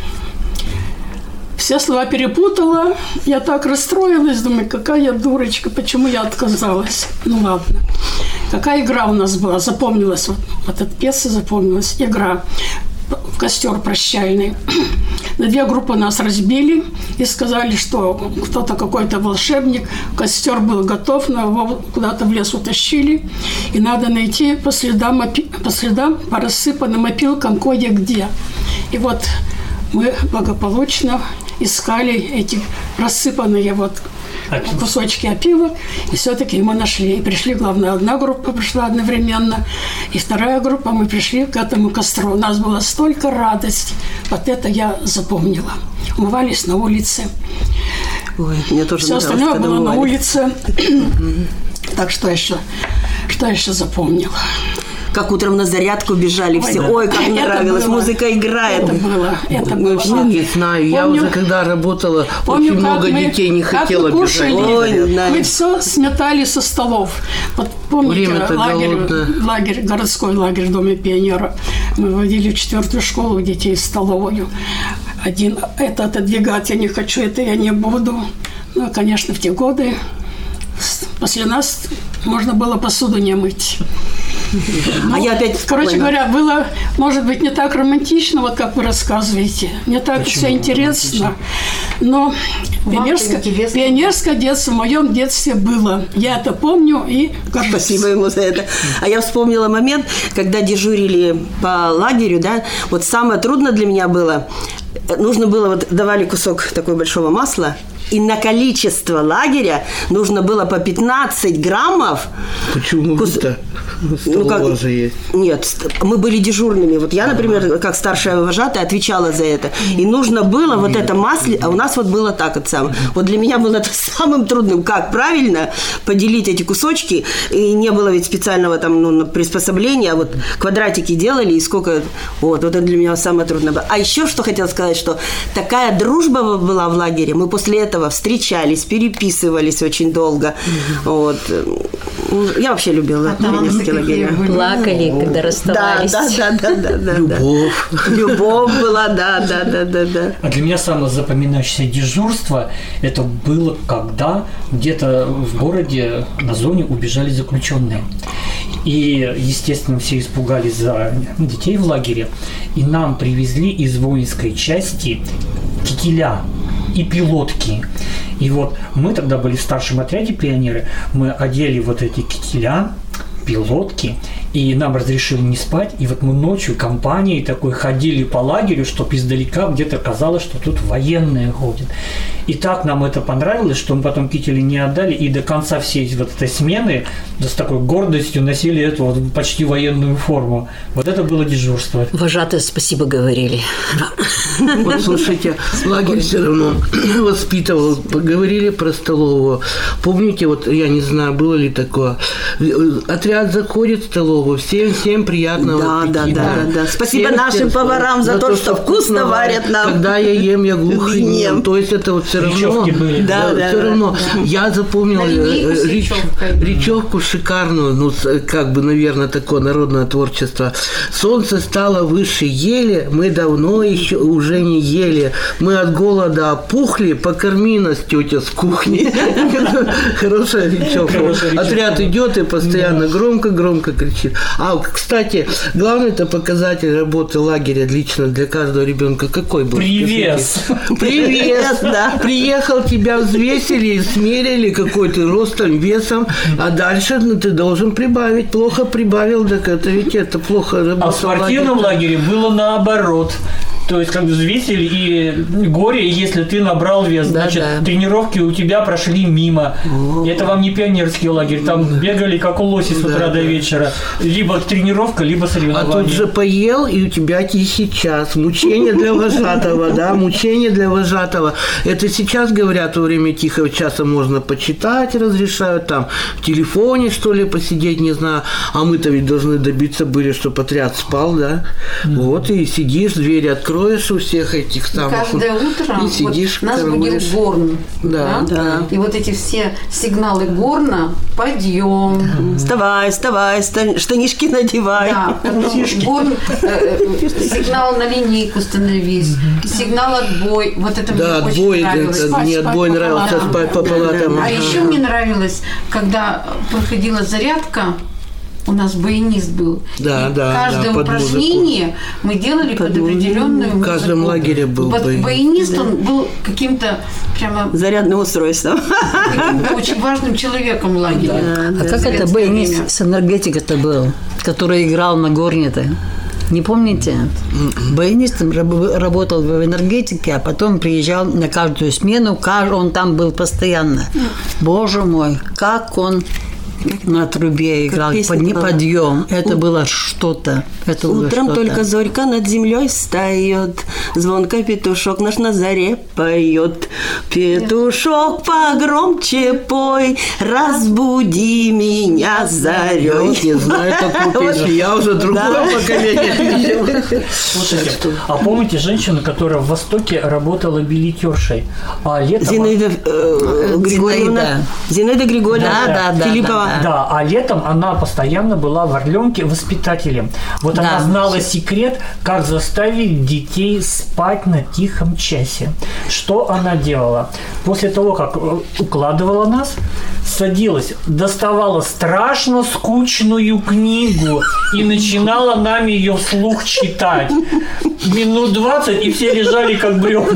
все слова перепутала. Я так расстроилась, думаю, какая я дурочка, почему я отказалась. Ну, ладно. Какая игра у нас была, запомнилась, вот, вот эта пьеса запомнилась, игра. Костер прощальный. На две группы нас разбили и сказали, что кто-то какой-то волшебник, костер был готов, но его куда-то в лес утащили, и надо найти по следам, по следам, по рассыпанным опилкам кое-где. И вот мы благополучно искали эти рассыпанные вот кусочки опилок, и все-таки мы нашли. И пришли, главное, одна группа пришла одновременно, и вторая группа, мы пришли к этому костру. У нас было столько радости. Вот это я запомнила. Умывались на улице. Ой, мне тоже все остальное было умывались на улице. Так что еще, что еще запомнила? Как утром на зарядку бежали все. Ой, да. Ой, как мне нравилось. Было. Музыка играет. Это было. Это было. Ну, не знаю. Я помню, уже когда работала, помню, очень много мы, детей не хотела бежать. Ой, да. Мы все сметали со столов. Вот помните, лагерь, лагерь, городской лагерь в Доме пионера. Мы водили в четвертую школу детей в столовую. Один, это отодвигать я не хочу, это я не буду. Ну, конечно, в те годы после нас можно было посуду не мыть. Ну, а я опять... Короче говоря, было, может быть, не так романтично, вот как вы рассказываете, не так Почему? Все интересно, но пионерское, пионерское детство в моем детстве было. Я это помню и горжусь. Спасибо ему за это. А я вспомнила момент, когда дежурили по лагерю, да, вот самое трудное для меня было, нужно было, вот давали кусок такого большого масла, и на количество лагеря нужно было по пятнадцать граммов. Почему Кус... это? Ну, как... же есть. Нет, мы были дежурными. Вот я, например, ага. как старшая вожатая, отвечала за это. И нужно было вот это масло, а у нас вот было так вот самое. Вот для меня было это самым трудным, как правильно поделить эти кусочки. И не было ведь специального там ну, приспособления, а вот квадратики делали, и сколько... Вот, вот это для меня самое трудное было. А еще что хотела сказать, что такая дружба была в лагере. Мы после этого встречались, переписывались очень долго. Mm-hmm. Вот. Я вообще любила пионерские лагеря. Плакали, когда расставались. Да, да, да, да, да. Любовь. Любовь была, да, да, да, да, да. А для меня самое запоминающееся дежурство – это было, когда где-то в городе на зоне убежали заключенные. И, естественно, все испугались за детей в лагере. И нам привезли из воинской части кителя и пилотки. И вот мы тогда были в старшем отряде пионеры, мы одели вот эти кителя, пилотки, и нам разрешили не спать, и вот мы ночью компанией такой ходили по лагерю, чтобы издалека где-то казалось, что тут военные ходят. И так нам это понравилось, что мы потом кители не отдали, и до конца всей вот этой смены да, с такой гордостью носили эту вот почти военную форму. Вот это было дежурство. Вожатые спасибо говорили. Вот слушайте, лагерь все равно воспитывал. Поговорили про столовую. Помните, вот я не знаю, было ли такое, отряд заходит в столовую, всем, всем приятного да, аппетита. Да, да, да. Спасибо всем нашим поварам за, за то, что вкусно варят нам. Когда я ем, я глух и нем. То есть это вот все равно, были. Да, да, все да, равно. Да. Я запомнил реч, речевку шикарную, ну, как бы, наверное, такое народное творчество. Солнце стало выше ели, мы давно еще уже не ели. Мы от голода опухли, покорми нас, тетя, с кухни. Хорошая речевка. Отряд идет и постоянно громко-громко кричит. А, кстати, главный-то показатель работы лагеря лично для каждого ребенка какой был? Привес. Привес, да. Приехал, тебя взвесили, смерили, какой ты ростом, весом, а дальше ну, ты должен прибавить. Плохо прибавил, так это ведь это плохо работало. А в спортивном лагере было наоборот. То есть, как бы взвесили, и горе, если ты набрал вес, да, значит, да. Тренировки у тебя прошли мимо. О-о-о. Это вам не пионерский лагерь, там бегали, как у лоси с утра да, до да. вечера. Либо тренировка, либо соревнования. А тут же поел, и у тебя тихий час. Мучение для вожатого, да, мучение для вожатого. Это сейчас, говорят, во время тихого часа можно почитать, разрешают там в телефоне, что ли, посидеть, не знаю. А мы-то ведь должны добиться были, чтобы отряд спал, да. Mm-hmm. Вот, и сидишь, двери откроешь у всех этих самых. Каждое утро и сидишь, вот нас будил горн. Да, да? Да. И вот эти все сигналы горна, подъем. Mm-hmm. Вставай, вставай, штанишки надевай. Да, горн, э, сигнал на линейку становись, mm-hmm. сигнал отбой. Вот это да, мне отбой, очень нравилось. Это, мне отбой нравился, да. спать по палатам. А еще мне нравилось, когда проходила зарядка, у нас баянист был. Да, и да, каждое да, упражнение мы делали под, под определенную музыку. В каждом лагере был вот баянист. Баянист, он был каким-то прямо... зарядным устройством. Каким-то очень важным человеком в лагере. Да, да. А как это баянист время. С энергетикой-то был, который играл на горне-то? Не помните? Баянистом работал в энергетике, а потом приезжал на каждую смену, он там был постоянно. Боже мой, как он... на трубе играл, подни, подъем. Это было что-то. Это Утром было только зорька над землей встает, звонко петушок наш на заре поет. Петушок, погромче пой, разбуди меня зарей. Не знаю такую песню, я уже другое поколение. Слушайте, а помните женщину, которая в Востоке работала билетершей, а летом... Зинаида Григорьевна. Зинаида Григорьевна Филиппова. Да, а летом она постоянно была в Орленке воспитателем. Вот да. Она знала секрет, как заставить детей спать на тихом часе. Что она делала? После того, как укладывала нас, садилась, доставала страшно скучную книгу и начинала нам ее вслух читать. Минут двадцать, и все лежали как бревна.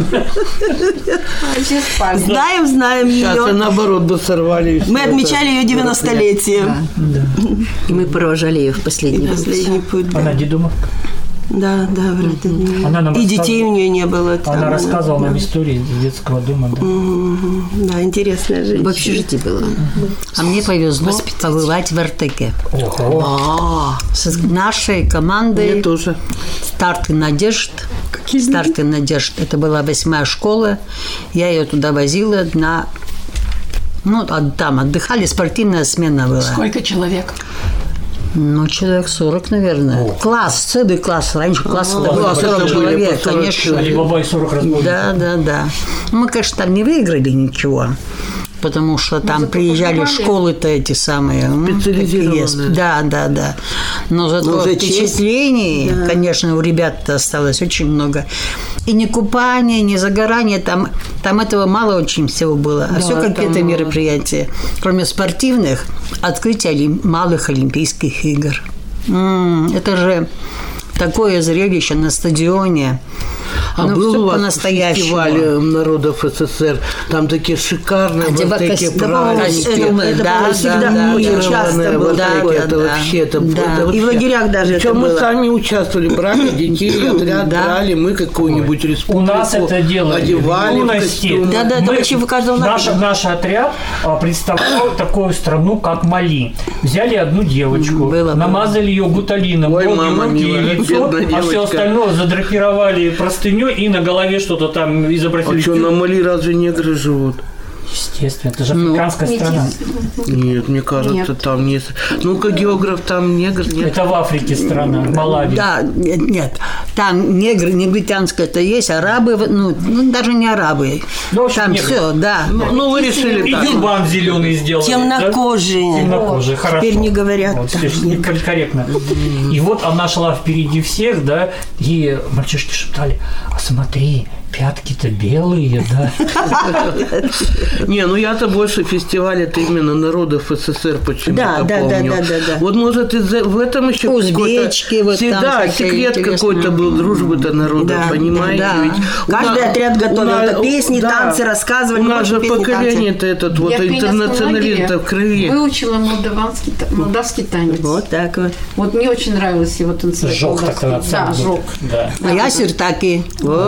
Знаем, знаем ее. Сейчас, наоборот, бы сорвали. Мы отмечали ее девяностолетие. Да, да. И мы провожали ее в последний, последний путь. Да. Она дедумовка. Да, да, вроде. Mm-hmm. Она нам и рассказывала, детей у нее не было. Она там, рассказывала да. нам истории из детского дома. Да, mm-hmm. да интересная жизнь. В общежитии была. Mm-hmm. А мне повезло побывать в Артеке. Ого. С нашей командой. Мне тоже. Старт и надежд. Какие Старт и надежд. Это была восьмая школа. Я ее туда возила на... Ну, там отдыхали, спортивная смена была. Сколько человек? Ну, человек сорок, наверное. О. Класс, целый класс. Раньше класс был сорок человек, конечно. Алибаба и сорок разбойников. Да, да, да. Мы, конечно, там не выиграли ничего. потому что там Музыку приезжали покупали. Школы-то эти самые. Специализированные. Да, да, да. Но зато Но впечатлений, да. конечно, у ребят осталось очень много. И ни купание, ни загорание, там, там этого мало очень всего было. А да, все какие-то мероприятия. Кроме спортивных, открытие олимп... малых Олимпийских игр. М-м, это же такое зрелище на стадионе. А ну, был у вас фестиваль народов СССР, там такие шикарные вот такие праздники, это да, было всегда да, очень часто было вот такое, это да, вообще, это, да. это и вообще. В лагерях даже Причем это мы было. сами участвовали, брали детей, отряд да. брали, мы какую-нибудь республику у нас это делали одевали в костюмы. Да, да, мы, почти в каждом наш, наш отряд представлял такую страну, как Мали. Взяли одну девочку, было, намазали ее гуталином, ой, мама, руки милая, и лицо, а все остальное задрапировали простыней и на голове что-то там изобразили. А что, на Мали разве негры живут? Естественно, это же африканская ну, страна. Нет, мне кажется, нет. Там нет. Ну-ка, географ, там негр нет. Это в Африке страна, Малави. Да, нет, нет. Там негры, негритянское-то есть, арабы, ну, ну даже не арабы. Ну, там негры. Все, да. Ну, ну вы решили и так. И тюрбан зеленый сделали. Темнокожие. Да? Темнокожие, хорошо. Теперь не говорят. Вот, корректно. И вот она шла впереди всех, да, и мальчишки шептали, а смотри, пятки-то белые, да. Не, ну я-то больше фестиваль это именно народов СССР почему-то да, помню. Да, да, да, да. Вот может из-за в этом еще узбечки вот всегда секрет какой-то был дружбы-то народов, да, понимаете? Да. Ведь каждый нас, отряд готовил нас, песни, да, танцы рассказывали. У нас же поколение-то этот вот интернационалист в крови. Выучила молдаванский, молдавский танец. Вот так вот. Вот мне очень нравилось его танцевать. Жог так Да, жог. Да. А я сиртаки.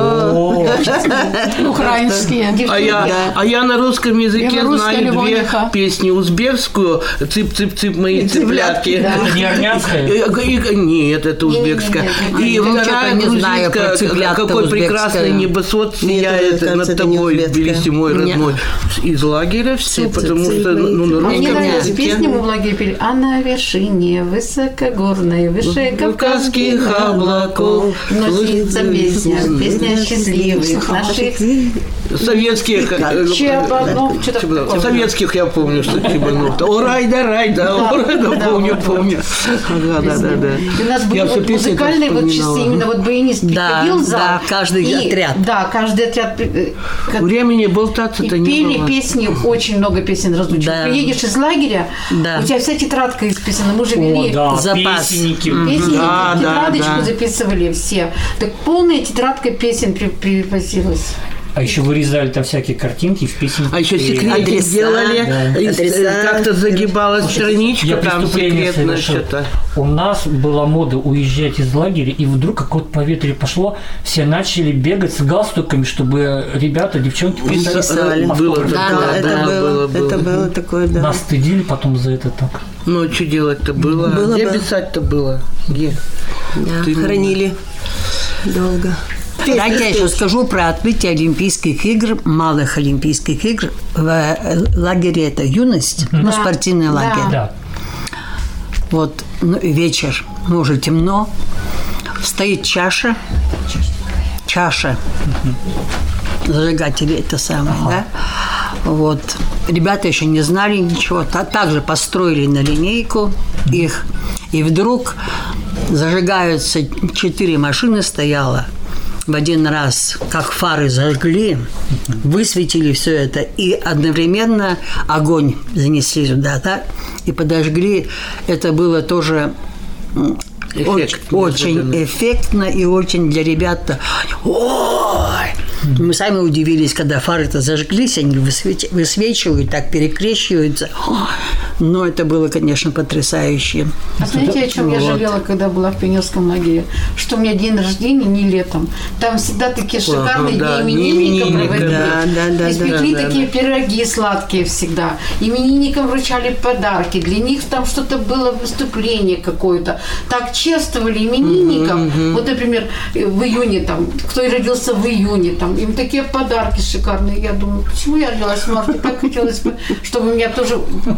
Украинские. А я, а я на русском языке знаю две песни. Узбекскую «Цып-цып-цып, мои цыплятки». Это не армянская? Нет, это узбекская. И вторая грузинская «Какой прекрасный небосвод сияет над тобой, Тбилиси мой родной». Из лагеря все, потому что ну, на русском мне нравилась языке. Песня мы в лагере пели. А на вершине высокогорной, выше Кавказских облаков носится песня, песня счастливых наших. Советских. Чебанов. Советских я помню, что Чебанов. О, райда, райда, о, райда, помню, помню. Да, да, да, да. У нас были вот музыкальные вот часы, именно вот баянист приходил в зал. Да, каждый отряд. Да, каждый отряд. Времени болтаться-то не было. Пели песни, очень много песен разучили. Приедешь из лагеря, у тебя вся тетрадка исписана. Мы же вели запас. Песенники, тетрадочку записывали все. Так полная тетрадка песен привозилась. А еще вырезали там всякие картинки в песенке. А еще секретики делали, да. Как-то загибалась страничка, я там секретно что-то. У нас была мода уезжать из лагеря, и вдруг какое-то поветрие пошло, все начали бегать с галстуками, чтобы ребята, девчонки писали. Было, да, да, это, да, было, было, это было такое, да. Нас стыдили потом за это так. Ну, что делать-то было? было Где было. писать-то было? Где? Да, Ты хранили долго. Дайте я еще скажу про открытие Олимпийских игр, малых Олимпийских игр в лагере это «Юность», да. ну, спортивный лагерь. Да. Вот ну, вечер, ну, уже темно, стоит чаша, чаша, зажигатели это самое, ага. да? Вот. Ребята еще не знали ничего, также построили на линейку их, и вдруг зажигаются, четыре машины стояло, в один раз, как фары зажгли, высветили все это, и одновременно огонь занесли сюда, да, и подожгли. Это было тоже Эффект, очень, очень эффектно и очень для ребят. Ой! Мы сами удивились, когда фары-то зажглись, они высвечивают, так перекрещиваются. Но это было, конечно, потрясающе. А знаете, о чем вот. я жалела, когда была в пионерском лагере? Что у меня день рождения не летом. Там всегда такие шикарные ага, дни да, именинников проводили. Да, да, да, Испекли да, такие да. пироги сладкие всегда. Именинникам вручали подарки. Для них там что-то было, выступление какое-то. Так чествовали именинников. Mm-hmm. Вот, например, в июне, там, кто родился в июне, там, им такие подарки шикарные. Я думаю, почему я родилась в марте? Так хотелось бы, чтобы у меня тоже поучаствовали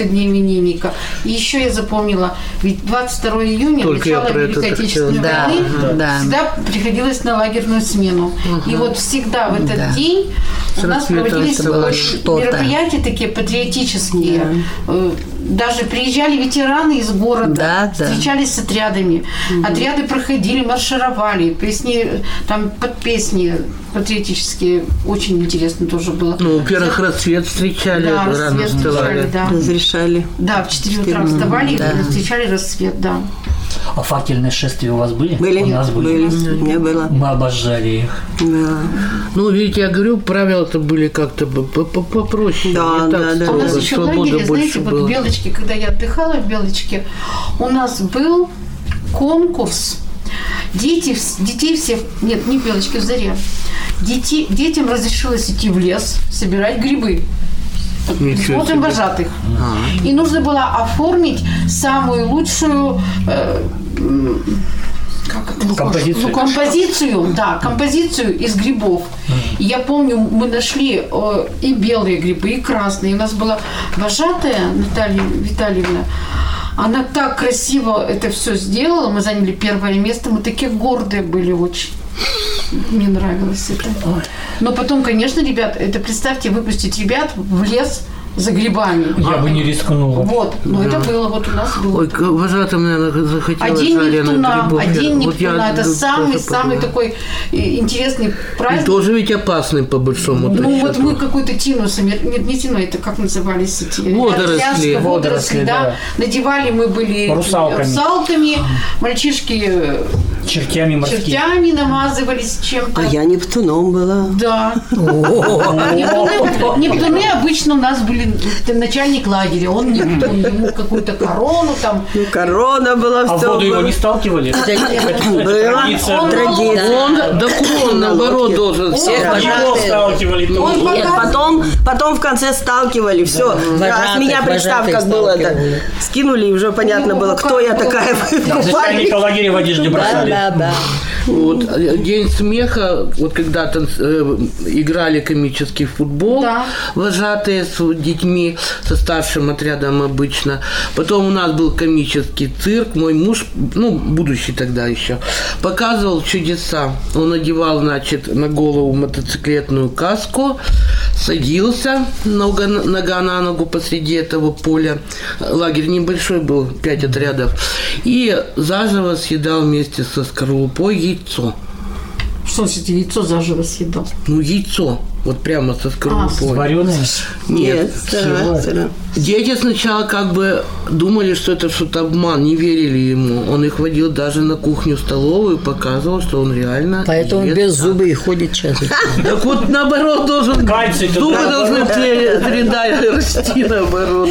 торты для именинника. И еще я запомнила, ведь двадцать второго июня, начало Великой Отечественной да, войны, да. всегда приходилось на лагерную смену. Угу. И вот всегда в этот да. день у нас проводились мероприятия такие патриотические. Да. Даже приезжали ветераны из города, да, встречались да. с отрядами. Угу. Отряды проходили, маршировали, песни, там под песни патриотические. Очень интересно тоже было. Ну, во-первых, рассвет встречали, да, рано рассвет встречали, да. Разрешали. Да, в четыре утра вставали да. и встречали рассвет, да. А факельные шествия у вас были? Были. У нас были. были. Не было. Мы обожали их. Да. Ну, видите, я говорю, правила-то были как-то попроще. Да, да, да. А у нас еще в лагере, знаете, вот в Белочке, когда я отдыхала в Белочке, у нас был конкурс. Дети, детей всех, нет, не в Белочке, в Заре. Дети, детям разрешилось идти в лес, собирать грибы. Смотрим вожатых. А-а-а. И нужно было оформить самую лучшую э, как это? Композицию. Ну, композицию, да, композицию из грибов. И я помню, мы нашли э, и белые грибы, и красные. У нас была вожатая Наталья Витальевна. Она так красиво это все сделала. Мы заняли первое место. Мы такие гордые были очень. Мне нравилось это. Но потом, конечно, ребят, это представьте, выпустить ребят в лес за грибами. Я а, бы не рискнула. Вот, но да. это было, вот у нас было. Ой, вожатым, наверное, захотелось. А День Нептуна, а День Нептуна, вот это самый-самый такой интересный праздник. И тоже ведь опасный, по большому счету. Ну, вот мы какой-то тинус, нет, не тину, это как назывались эти? Водоросли. Водоросли, да. да. Надевали мы были русалками. русалками, мальчишки чертями морскими. Чертями намазывались чем-то. А я Нептуном была. Да. Нептуны обычно у нас были начальник лагеря, он Нептун, ему какую-то корону там. Ну, корона была, а все. А воду его не сталкивали? Традиция. Он, да он, наоборот, должен всех. Его сталкивали. Потом в конце сталкивали, все. С меня, представь, как было это. Скинули, и уже понятно было, кто я такая. Начальника лагеря в одежде бросали. Да, да. Вот, День смеха, вот когда-то э, играли комический футбол, да. вожатые с детьми, со старшим отрядом обычно. Потом у нас был комический цирк. Мой муж, ну, будущий тогда еще, показывал чудеса. Он одевал, значит, на голову мотоциклетную каску, садился нога, нога на ногу посреди этого поля. Лагерь небольшой был, пять отрядов. И заживо съедал вместе со скорлупой яйцо. Что значит яйцо заживо съедал? Ну, яйцо. Вот прямо со скорлупой. А, вареное? Нет. Нет. Дети сначала как бы думали, что это что-то обман, не верили ему. Он их водил даже на кухню-столовую, показывал, что он реально Поэтому ест. без зубы и ходит сейчас. Так вот, наоборот, должен... Кальций. Зубы должны передать, расти, наоборот.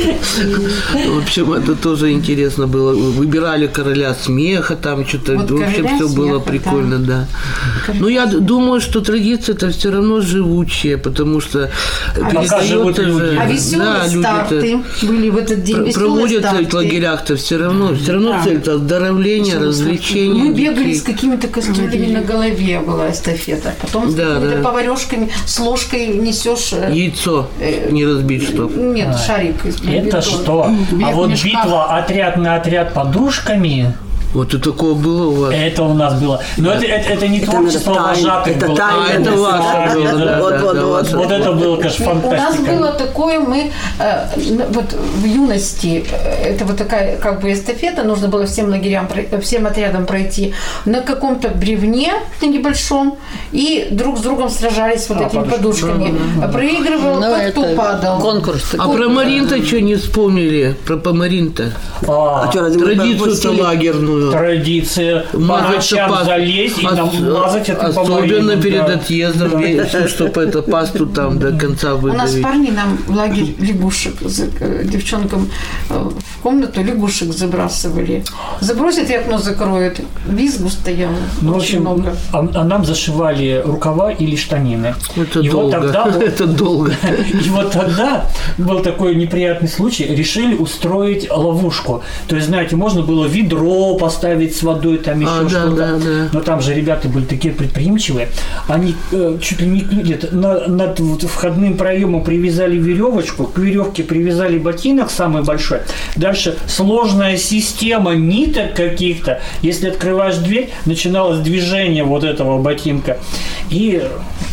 В общем, это тоже интересно было. Выбирали короля смеха, там что-то... В общем, все было прикольно, да. Но я думаю, что традиция-то все равно живучая, потому что передается же... А веселые старты были в этот день. Проводятся в лагерях-то все равно. Все равно да. цель-то оздоровление, развлечение. Мы бегали детей. С какими-то кастрюлями на голове, была эстафета. Потом да, с какими-то да. поварешками, с ложкой несешь... Яйцо э, не разбить, что? Нет, а, шарик. Это бетон. Что? Бег а вот мешках. Битва отряд на отряд подушками... Вот и такое было у вас? Это у нас было. Но это, это, это не это творчество вожатых это было. А, это ваше было, да. Вот, вот, вот. Вот это было, конечно, фантастика. У нас было такое, мы э, вот в юности, это вот такая как бы эстафета, нужно было всем лагерям, всем отрядам пройти на каком-то бревне на небольшом, и друг с другом сражались вот а, этими подушками. Да, да, да. Проигрывал, ну, тот, кто падал. Конкурс. А про Марин-то что не вспомнили? Про Помарин-то? А, а традицию-то лагерную. Традиция по ночам залезть и намазать это по Особенно перед да. отъездом, да. чтобы это пасту там до конца выдавить. У нас парни нам в лагерь лягушек, девчонкам в комнату лягушек забрасывали. Забросят и окно закроют. Визгу стояло. Ну, в общем, много. А, а нам зашивали рукава или штанины. Это и долго. Вот тогда, это долго. И вот тогда был такой неприятный случай. Решили устроить ловушку. То есть, знаете, можно было ведро поставить, поставить с водой, там еще а, что-то. Да, да, да. Но там же ребята были такие предприимчивые. Они э, чуть ли не где-то на, над вот, входным проемом привязали веревочку, к веревке привязали ботинок самый большой. Дальше сложная система ниток каких-то. Если открываешь дверь, начиналось движение вот этого ботинка. И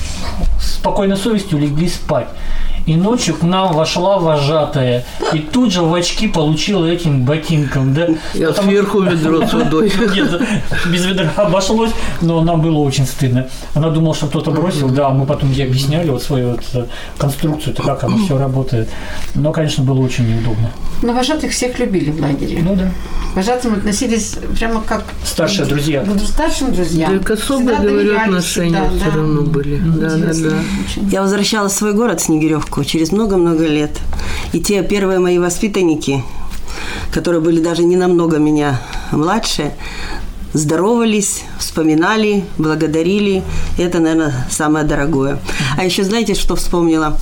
с спокойной совестью легли спать. И ночью к нам вошла вожатая, и тут же в очки получила этим ботинком, да. Я Потому... сверху ведро с водой. Нет, без ведра обошлось, но нам было очень стыдно. Она думала, что кто-то бросил, да, мы потом ей объясняли вот свою вот конструкцию, то как оно все работает. Но, конечно, было очень неудобно. Но вожатых всех любили в лагере. Ну да. К вожатым относились прямо как... Старшие друзья. К старшим друзьям. Только особо, говорю, отношения всегда, все да. равно были. Да, да, да. Я возвращалась в свой город, Снегиревку, через много-много лет. И те первые мои воспитанники, которые были даже не намного меня младше, здоровались, вспоминали, благодарили. Это, наверное, самое дорогое. А еще знаете, что вспомнила?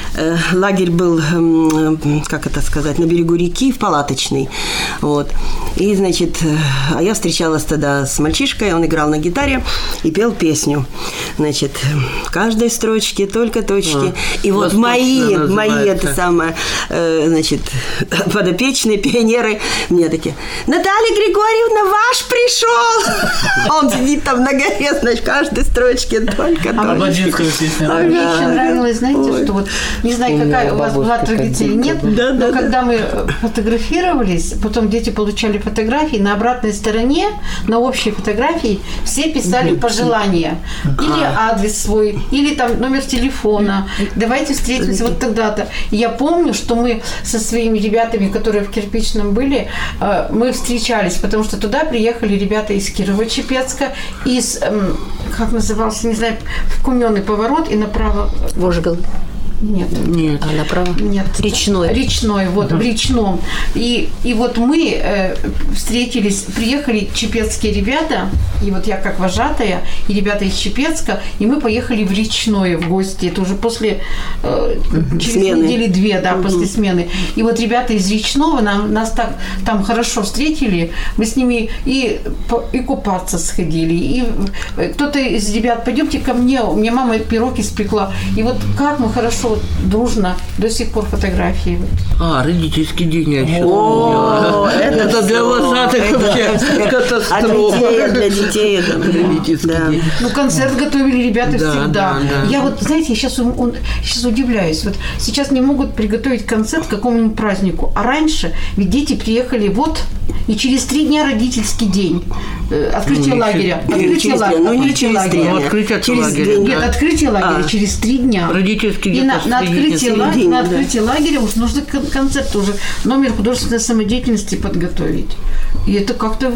Лагерь был, как это сказать, на берегу реки, в палаточный. Вот. И, значит, а я встречалась тогда с мальчишкой, он играл на гитаре и пел песню. Значит, в каждой строчке только точки. А, и вот мои, мои, это самое, значит, подопечные пионеры мне такие: Наталья Григорьевна, ваш пришел! Он сидит там на горе, значит, в каждой строчке только а точки. А мне еще нравилось, знаете, Ой. что вот, не знаю, какая у вас была традиция или нет, да, но да, когда да. мы фотографировались, потом дети получали фотографии, на обратной стороне, на общей фотографии все писали пожелания. Или адрес свой, или там номер телефона. Давайте встретимся вот тогда-то. И я помню, что мы со своими ребятами, которые в Кирпичном были, мы встречались, потому что туда приехали ребята из Кирово-Чепецка, из, как назывался, не знаю, в Куменный поворот и направо. Вожгал. Нет. Нет. А направо? Нет. Речной. Речной, вот, uh-huh. в Речном. И, и вот мы э, встретились, приехали чепецкие ребята, и вот я как вожатая, и ребята из Чепецка, и мы поехали в Речное в гости. Это уже после, э, uh-huh. через смены. недели две, да, uh-huh. после смены. И вот ребята из Речного нам, нас так там хорошо встретили, мы с ними и, и купаться сходили, и кто-то из ребят: пойдемте ко мне, у меня мама пирог испекла. И вот как мы хорошо вот дружно до сих пор фотографии. А, родительский день я еще помнила. Это для вожатых вообще катастрофа. Для детей это родительский день. Ну, концерт готовили ребята всегда. Я вот, знаете, сейчас удивляюсь. Вот сейчас не могут приготовить концерт к какому-нибудь празднику. А раньше ведь дети приехали вот, и через три дня родительский день. Открытие лагеря. Открытие лагеря. Ну, не через три дня. Открытие лагеря. Нет, открытие лагеря через три дня. Родительский день. На, на, открытие лагеря, на открытие лагеря уж нужно концерт уже, номер художественной самодеятельности подготовить. И это как-то...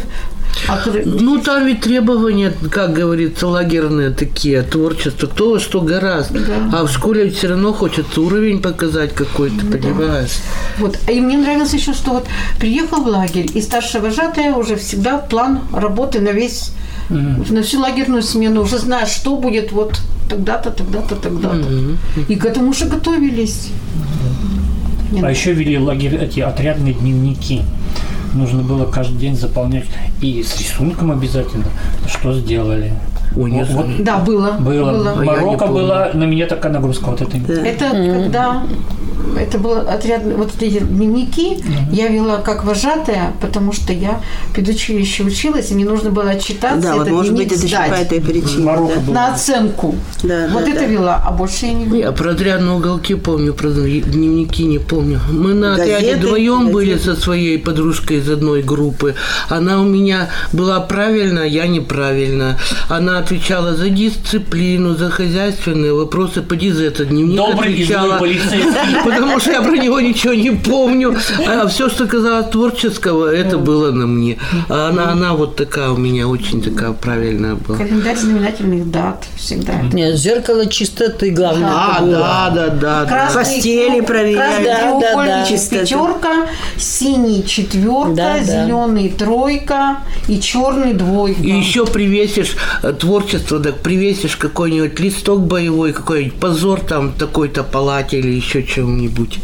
Ну, там ведь требования, как говорится, лагерные такие, творчество, кто что гораздо. Да. А в школе все равно хочется уровень показать какой-то, да. понимаешь? Вот. И мне нравилось еще, что вот приехал в лагерь, и старшая вожатая уже всегда план работы на весь, mm-hmm. на всю лагерную смену, уже знаешь, что будет вот тогда-то, тогда-то, тогда-то. Mm-hmm. И к этому уже готовились. Mm-hmm. А еще вели лагерь эти отрядные дневники. Нужно было каждый день заполнять и с рисунком обязательно, что сделали. Ой, нет. Вот, да, было. Было. было. Марокко была, на меня такая нагрузка вот это. Да. Это mm-hmm. когда это был отряд, вот эти дневники mm-hmm. я вела как вожатая, потому что я в педучилище училась, и мне нужно было отчитаться, да, этот вот, может дневник быть, это сдать. По этой причине, да. На оценку. Да, вот да, это да. вела, а больше я не вела. Я про отрядные уголки помню, про дневники не помню. Мы на газеты, отряде вдвоем газеты. были со своей подружкой из одной группы. Она у меня была правильная, я неправильно. Она отвечала за дисциплину, за хозяйственные вопросы. Поди за этот дневник Добрый отвечала. Потому что я про него ничего не помню. А все, что казалось творческого, это было на мне. А она, она вот такая у меня, очень такая правильная была. Календарь знаменательных дат всегда. Нет, зеркало чистоты, главное. А, да, да, да. Красный, постели проверяют. Красный треугольничек да, да, пятерка, синий четверка, да, зеленый да. тройка и черный двойка. И еще привесишь творчество, так привесишь какой-нибудь листок боевой, какой-нибудь позор там такой-то палате или еще чем-нибудь. какой-нибудь.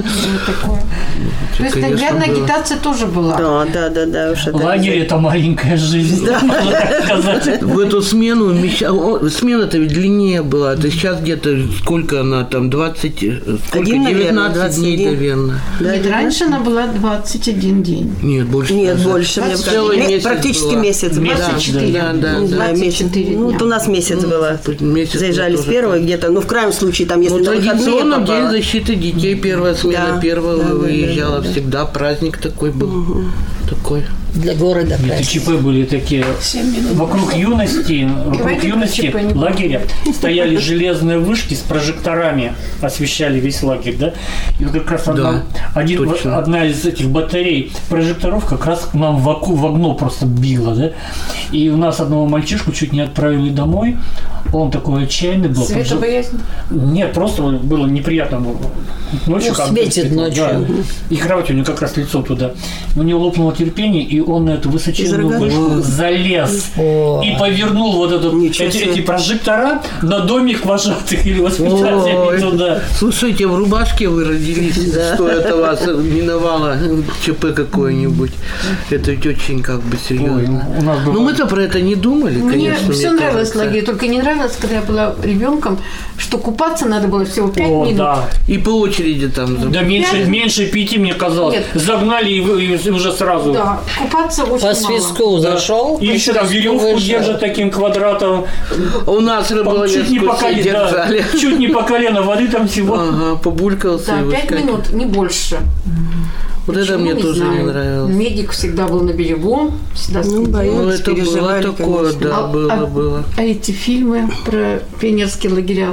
То есть, наверное, агитация тоже была. Да, да, да, да. Лагерь – это маленькая жизнь, можно так сказать. В эту смену, смена-то ведь длиннее была. Это сейчас где-то сколько она там, двадцать, сколько, девятнадцать дней, наверное. Нет, раньше она была двадцать один день. Нет, больше. Нет, больше. Практически месяц. двадцать четыре. Да, да, двадцать четыре Ну, вот у нас месяц было. Заезжали с первого где-то, ну, в крайнем случае, там, если на выходные традиционно попало. День защиты детей, первая смена, Да, первая да, выезжала да, да. всегда, праздник такой был. Угу. Такой. Для города. Нет, ЧП были такие. Вокруг юности, вокруг юности лагеря стояли железные вышки с прожекторами, освещали весь лагерь, да? И вот как раз одна, Да, один, точно. одна из этих батарей прожекторов как раз к нам в, оку, в окно просто била, да? И у нас одного мальчишку чуть не отправили домой. Он такой отчаянный был. Светобоязнь? Нет, просто было неприятно. Ночью Ну, как светит бы, ночью. Да. И кровать у него как раз лицо туда. У него лопнуло терпение, и он на эту высоченную вышку залез. О. И повернул вот этот, эти, эти прожектора на домик вожатых или воспитателей Ой, туда. Слушайте, в рубашке вы родились, что это вас миновало ЧП какое-нибудь. Это ведь очень как бы серьезно. Ой, у нас было... Но мы-то про это не думали, Мне конечно. все мне нравилось в кажется. лагере, только не нравилось, когда я была ребенком, что купаться надо было всего пять О, минут. да. И по очереди там. Да меньше, Пять? меньше пяти, мне казалось. Нет. Загнали и, вы- и уже сразу. Да, купаться очень По мало. свистку Да. зашел. И еще там веревку держат таким квадратом. У нас рыболовецкую Чуть не, по колено, держали. да, чуть не по колено воды там всего. Ага, побулькался Да, и пять выскакивал. минут, не больше. Вот это Почему, мне не тоже знаю. не нравилось. Медик всегда был на берегу, всегда Ну, следил. боялись. Ну, это было переживали, такое, конечно. да, А- было, а- было. А эти фильмы про пионерские лагеря,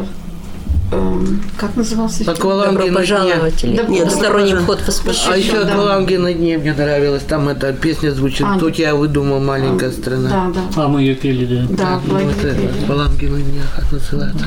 эм, как назывался фильм? Акваланги Добро на дне. пожаловать. или Да, Нет, сторонний добро вход А воспрещен. еще да. «Акваланги на дне» мне нравилось. Там эта песня звучит А, «Тут я выдумал маленькая страна». Да, да. А мы ее пели, да. Да, Ну, лагерь это пели. «Акваланги на дне», как называется.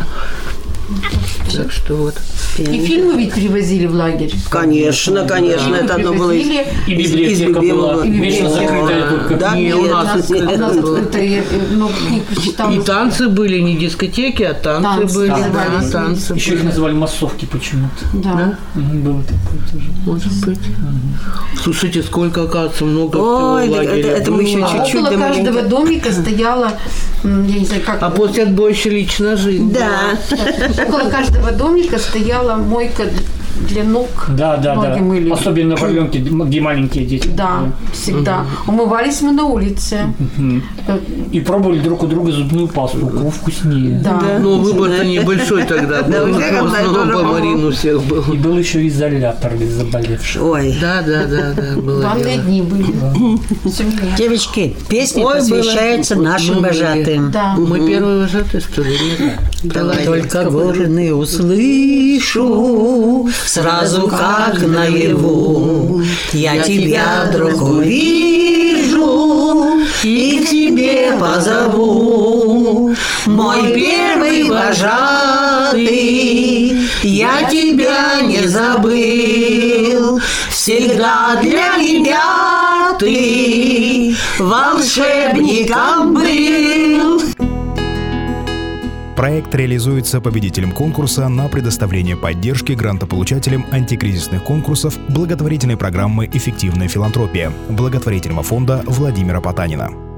Так что вот. И фильмы ведь привозили в лагерь. Конечно, конечно, это одно было из, Привозили. И из- из библиотека любимого. была. И Вечно библиотека. закрытая только. Да, Не, у нет, нас У открыто нас было. открыто, я много книг прочитала. И танцы были, не дискотеки, а танцы, Танцы, были. да, Да, да. танцы Еще их были. называли массовки почему-то. Да. Мгм, было такое тоже. Может быть. Слушайте, сколько, оказывается, много Ой, всего в да, лагере это- это мы еще было. чуть-чуть. Около да, каждого маленько. домика стояла, м, я не знаю, как... А после отбоя еще личная жизнь. Да. Около каждого домика стояла мойка для ног. Да, да, Ноги да. мыли. Особенно в районке, где маленькие дети. Да, всегда. Умывались мы на улице. Э, И пробовали друг у друга зубную пасту. У кого вкуснее. Да. Ну, выбор-то небольшой тогда был. Да, у всех В одна и основном та же, по по-моему. Марину у всех был. И был еще изолятор для заболевших. Ой. Да, да, да, да, было Банные дело. дни были. Всё меняется. Девочки, песня Ой, посвящается было. нашим Мы были. вожатым. Да. Мы первые вожатые, что ли? Нет? Как только горны услышу, сразу как наяву, я тебя, друг, увижу и к тебе позову. Мой первый вожатый, я тебя не забыл, всегда для меня ты волшебником был. Проект реализуется победителем конкурса на предоставление поддержки грантополучателям антикризисных конкурсов благотворительной программы «Эффективная филантропия» благотворительного фонда Владимира Потанина.